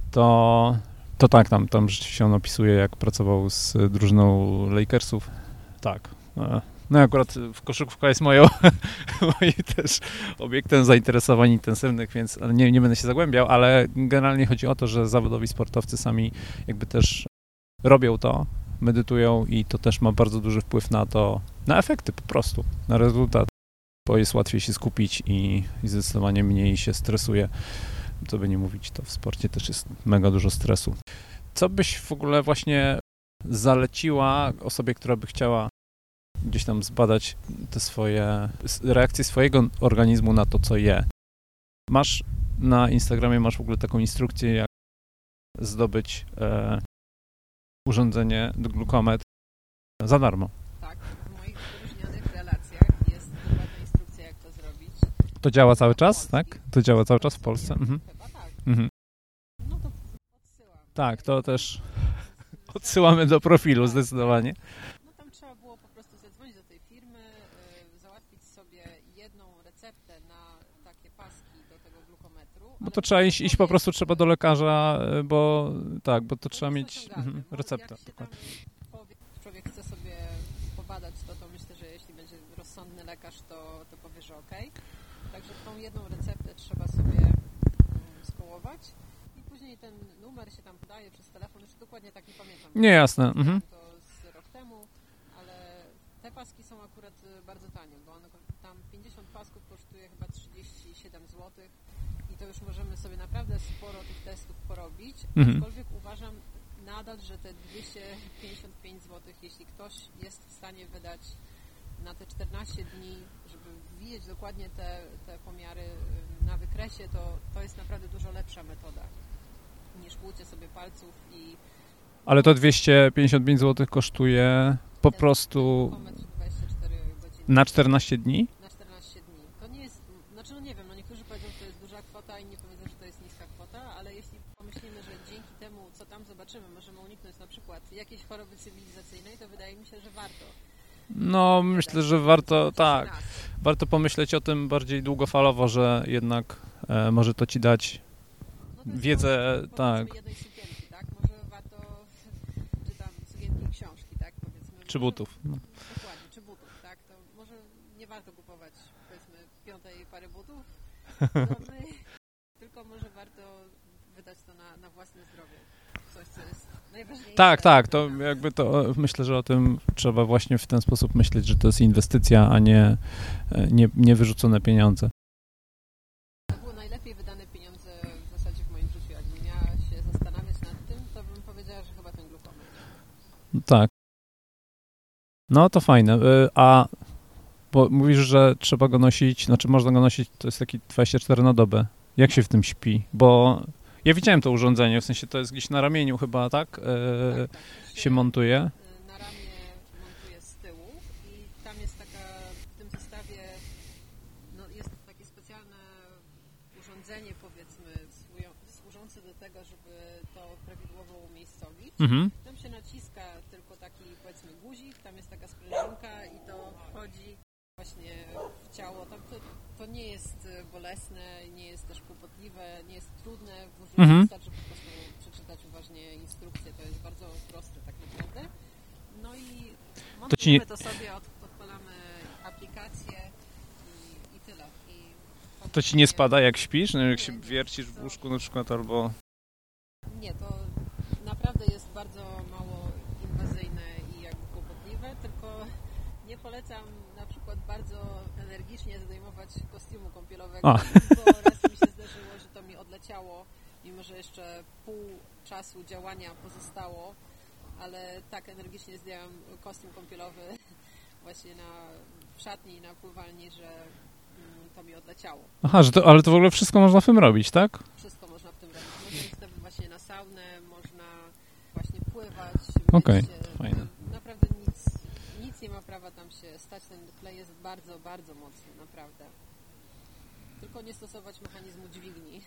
To, to tak, tam, tam rzeczywiście on opisuje, jak pracował z drużyną Lakersów. Tak. E, no i akurat w koszykówka jest moją, moim też obiektem zainteresowań intensywnych, więc nie, nie będę się zagłębiał, ale generalnie chodzi o to, że zawodowi sportowcy sami jakby też robią to, medytują i to też ma bardzo duży wpływ na to, na efekty po prostu, na rezultat, bo jest łatwiej się skupić i, i zdecydowanie mniej się stresuje. Co by nie mówić, to w sporcie też jest mega dużo stresu. Co byś w ogóle właśnie zaleciła osobie, która by chciała gdzieś tam zbadać te swoje, reakcje swojego organizmu na to, co je? Masz na Instagramie, masz w ogóle taką instrukcję, jak zdobyć e, urządzenie do glukometr za darmo. Tak, w moich wyróżnionych relacjach jest dokładna instrukcja, jak to zrobić. To działa cały czas, tak? To działa cały czas w Polsce? Mhm. Chyba tak. Mhm. No to odsyłam. Tak, to też odsyłamy do profilu zdecydowanie. No tam trzeba było po prostu zadzwonić do tej firmy, yy, załatwić sobie jedną receptę na takie paski do tego glukometru. Bo to trzeba iść, iść po prostu trzeba do lekarza, bo tak, bo to, to trzeba mieć mhm, receptę. Człowiek chce sobie pobadać to, to myślę, że jeśli będzie rozsądny lekarz, to, to powie, że okej. Okay. Także tą jedną receptę trzeba sobie um, skołować i później ten numer się tam podaje przez telefon, już dokładnie tak nie pamiętam. Nie, jasne. Mhm. To z rok temu, ale te paski są akurat bardzo tanie, bo one, tam pięćdziesiąt pasków kosztuje chyba trzydzieści siedem złotych i to już możemy sobie naprawdę sporo tych testów porobić, mhm. aczkolwiek uważam nadal, że te dwieście pięćdziesiąt pięć złotych, jeśli ktoś jest w stanie wydać na te czternaście dni, żeby widzieć dokładnie te, te pomiary na wykresie, to, to jest naprawdę dużo lepsza metoda niż kłucie sobie palców i... Ale to dwieście pięćdziesiąt pięć złotych kosztuje po ten, prostu ten dwadzieścia cztery godziny. Na czternaście dni? Na czternaście dni. To nie jest, znaczy no nie wiem, no niektórzy powiedzą, że to jest duża kwota, inni powiedzą, że to jest niska kwota, ale jeśli pomyślimy, że dzięki temu, co tam zobaczymy, możemy uniknąć na przykład jakiejś choroby cywilizacyjnej, to wydaje mi się, że warto. No, myślę, że warto, tak, warto pomyśleć o tym bardziej długofalowo, że jednak e, może to ci dać no to wiedzę, po, tak. jednej sukienki, tak? Może warto, czy tam sukienki i książki, tak? Powiedzmy. Czy butów. No. Dokładnie, czy butów, tak? To może nie warto kupować, powiedzmy, piątej pary butów, tylko może warto wydać to na, na własne zdrowie. coś, co jest najważniejsze. Tak, tak, to jakby to myślę, że o tym trzeba właśnie w ten sposób myśleć, że to jest inwestycja, a nie, nie, nie wyrzucone pieniądze. To było najlepiej wydane pieniądze w zasadzie w moim życiu. Jakbym miała się zastanawiać nad tym, to bym powiedziała, że chyba ten glukometr. Tak. No to fajne. A bo mówisz, że trzeba go nosić, znaczy można go nosić, to jest taki dwadzieścia cztery na dobę. Jak się w tym śpi? Bo ja widziałem to urządzenie, w sensie to jest gdzieś na ramieniu chyba, tak? E, Tak, tak. To się montuje. Na ramię montuje z tyłu i tam jest taka, w tym zestawie no jest takie specjalne urządzenie, powiedzmy, służące do tego, żeby to prawidłowo umiejscowić. Mhm. Tam się naciska tylko taki, powiedzmy, guzik, tam jest taka sprężynka i to wchodzi właśnie w ciało. Tam to, to nie jest bolesne, nie jest też kłopotliwe, nie jest trudne w użyciu. Mhm. Wystarczy po prostu przeczytać uważnie instrukcję. To jest bardzo proste tak naprawdę. No i montujemy to, ci... to sobie, od, odpalamy aplikację i, i tyle. I to ci nie spada jak śpisz? No, jak się wiercisz w łóżku na przykład albo... Nie, to naprawdę jest bardzo mało inwazyjne i jakby kłopotliwe, tylko nie polecam na przykład bardzo energicznie zdejmować kostiumu kąpielowego, A. bo raz mi się zdarzyło, że to mi odleciało, mimo że jeszcze pół czasu działania pozostało, ale tak energicznie zdjęłam kostium kąpielowy właśnie na, w szatni, na pływalni, że mm, to mi odleciało. Aha, że to, ale to w ogóle wszystko można w tym robić, tak? Wszystko można w tym robić. Można iść właśnie na saunę, można właśnie pływać. Okej, okay, fajne. Naprawdę nic, nic nie ma prawa tam się stać. Ten klej jest bardzo, bardzo mocny, naprawdę. Tylko nie stosować mechanizmu dźwigni.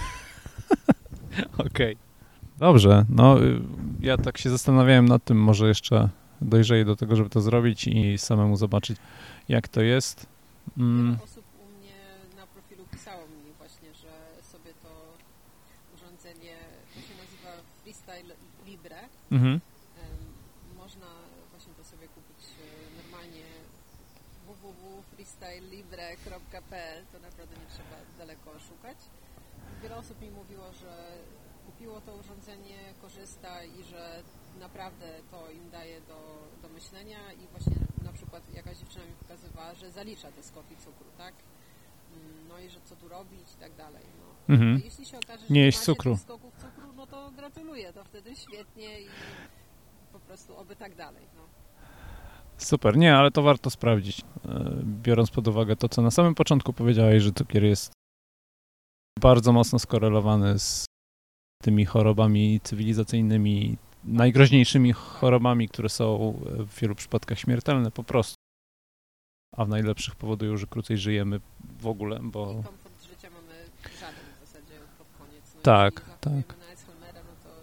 Okej. Okay. Dobrze, no ja tak się zastanawiałem nad tym, może jeszcze dojrzeję do tego, żeby to zrobić i samemu zobaczyć, jak to jest. Mm. Wiele osób u mnie na profilu pisało mi właśnie, że sobie to urządzenie, to się nazywa Freestyle Libre. Mhm. Można właśnie to sobie kupić normalnie w w w kropka freestyle libre kropka p l, to naprawdę nie trzeba daleko szukać. Wiele osób mi mówiło, że kupiło to urządzenie, korzysta i że naprawdę to im daje do, do myślenia i właśnie na przykład jakaś dziewczyna mi pokazywała, że zalicza te skoki cukru, tak? No i że co tu robić i tak dalej. No. Mhm. A jeśli się okaże, że nie macie cukru. skoków cukru, no to gratuluję, to wtedy świetnie i po prostu oby tak dalej. No. Super, nie, ale to warto sprawdzić, biorąc pod uwagę to, co na samym początku powiedziałeś, że cukier jest bardzo mocno skorelowany z tymi chorobami cywilizacyjnymi, najgroźniejszymi chorobami, które są w wielu przypadkach śmiertelne po prostu. A w najlepszych powodują, że krócej żyjemy w ogóle, bo... I komfort życia mamy żaden w zasadzie pod koniec. No tak, tak. Na Alzheimera, no to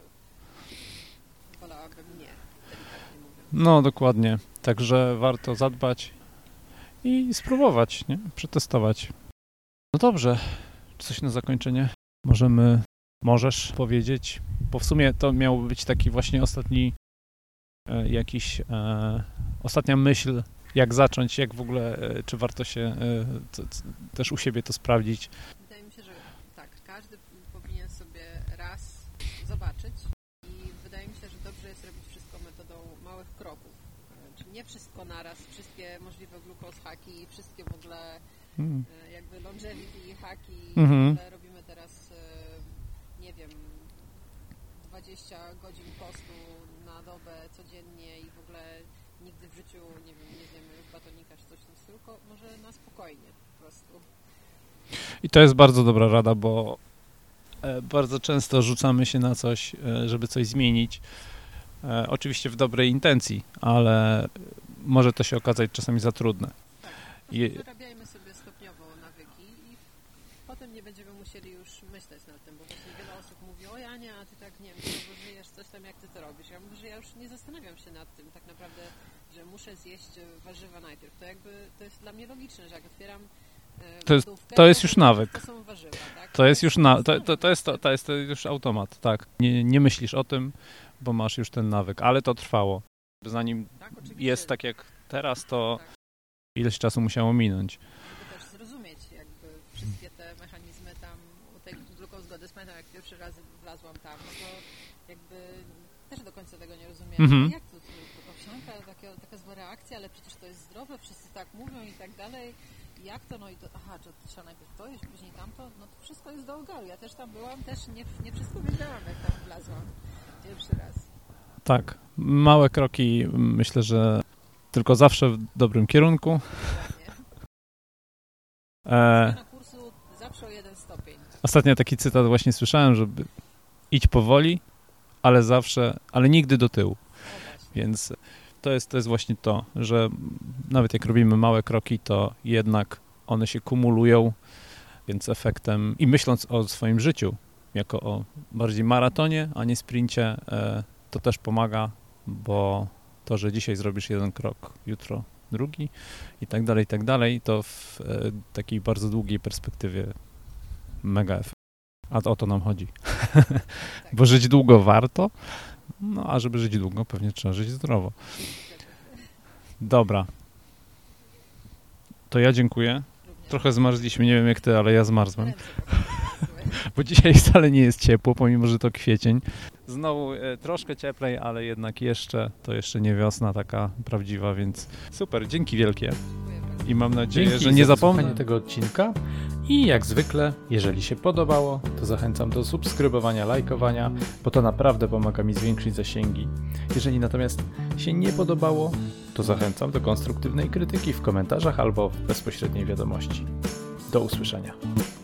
wolałabym nie, delikatnie mówiąc. No, dokładnie. Także warto zadbać i spróbować, nie? Przetestować. No dobrze. Coś na zakończenie możemy, możesz powiedzieć, bo w sumie to miał być taki właśnie ostatni e, jakiś, e, ostatnia myśl, jak zacząć, jak w ogóle, e, czy warto się e, to, to, też u siebie to sprawdzić. Wydaje mi się, że tak, każdy powinien sobie raz zobaczyć i wydaje mi się, że dobrze jest robić wszystko metodą małych kroków, e, czyli nie wszystko naraz, wszystkie możliwe glucose haki, wszystkie w ogóle Hmm. jakby longevity, haki, mm-hmm. robimy teraz, nie wiem, dwadzieścia godzin postu na dobę codziennie i w ogóle nigdy w życiu, nie wiem, nie zjemy już batonika czy coś w tym stylu, tylko może na spokojnie po prostu. I to jest bardzo dobra rada, bo bardzo często rzucamy się na coś, żeby coś zmienić, oczywiście w dobrej intencji, ale może to się okazać czasami za trudne. I wyrabiajmy sobie stopniowo nawyki i potem nie będziemy musieli już myśleć nad tym, bo właśnie wiele osób mówi, oj Ania, a ty tak, nie wiem, bo żyjesz coś tam, jak ty to robisz. Ja mówię, że ja już nie zastanawiam się nad tym tak naprawdę, że muszę zjeść warzywa najpierw. To jakby, to jest dla mnie logiczne, że jak otwieram e, to jest, to jest już nawyk. To są warzywa, tak? To jest już na, to, to, to, jest, to, to jest to już automat, tak. Nie, nie myślisz o tym, bo masz już ten nawyk, ale to trwało. Zanim tak, jest tak jak teraz, to tak. Ileś czasu musiało minąć. Żeby też zrozumieć jakby wszystkie te mechanizmy tam u tej glukoozy pamiętam, jak pierwszy raz wlazłam tam, no to jakby też do końca tego nie rozumiałam. Mhm. Jak to, to, to owsianka, taka, taka zła reakcja, ale przecież to jest zdrowe, wszyscy tak mówią i tak dalej. Jak to? No i to, aha, że trzeba najpierw to jeść, później tamto, no to wszystko jest do ogaru. Ja też tam byłam, też nie, nie wszystko wiedziałam, jak tam wlazłam pierwszy raz. Tak, małe kroki, myślę, że tylko zawsze w dobrym kierunku. E... Na kursu zawsze o jeden stopień. Ostatnio taki cytat właśnie słyszałem, żeby idź powoli, ale zawsze, ale nigdy do tyłu. Więc to jest, to jest właśnie to, że nawet jak robimy małe kroki, to jednak one się kumulują, więc efektem, i myśląc o swoim życiu jako o bardziej maratonie, a nie sprincie, to też pomaga, bo to, że dzisiaj zrobisz jeden krok, jutro drugi i tak dalej, i tak dalej, to w takiej bardzo długiej perspektywie mega efekt. A o to nam chodzi. Bo żyć długo warto, no a żeby żyć długo, pewnie trzeba żyć zdrowo. Dobra. To ja dziękuję. Trochę zmarzliśmy, nie wiem jak ty, ale ja zmarzłem. Bo dzisiaj wcale nie jest ciepło, pomimo że to kwiecień. Znowu e, troszkę cieplej, ale jednak jeszcze, to jeszcze nie wiosna taka prawdziwa, więc super, dzięki wielkie. I mam nadzieję, Dzięki że nie za zapomnę wysłuchanie tego odcinka i jak zwykle, jeżeli się podobało, to zachęcam do subskrybowania, lajkowania, bo to naprawdę pomaga mi zwiększyć zasięgi. Jeżeli natomiast się nie podobało, to zachęcam do konstruktywnej krytyki w komentarzach albo w bezpośredniej wiadomości. Do usłyszenia.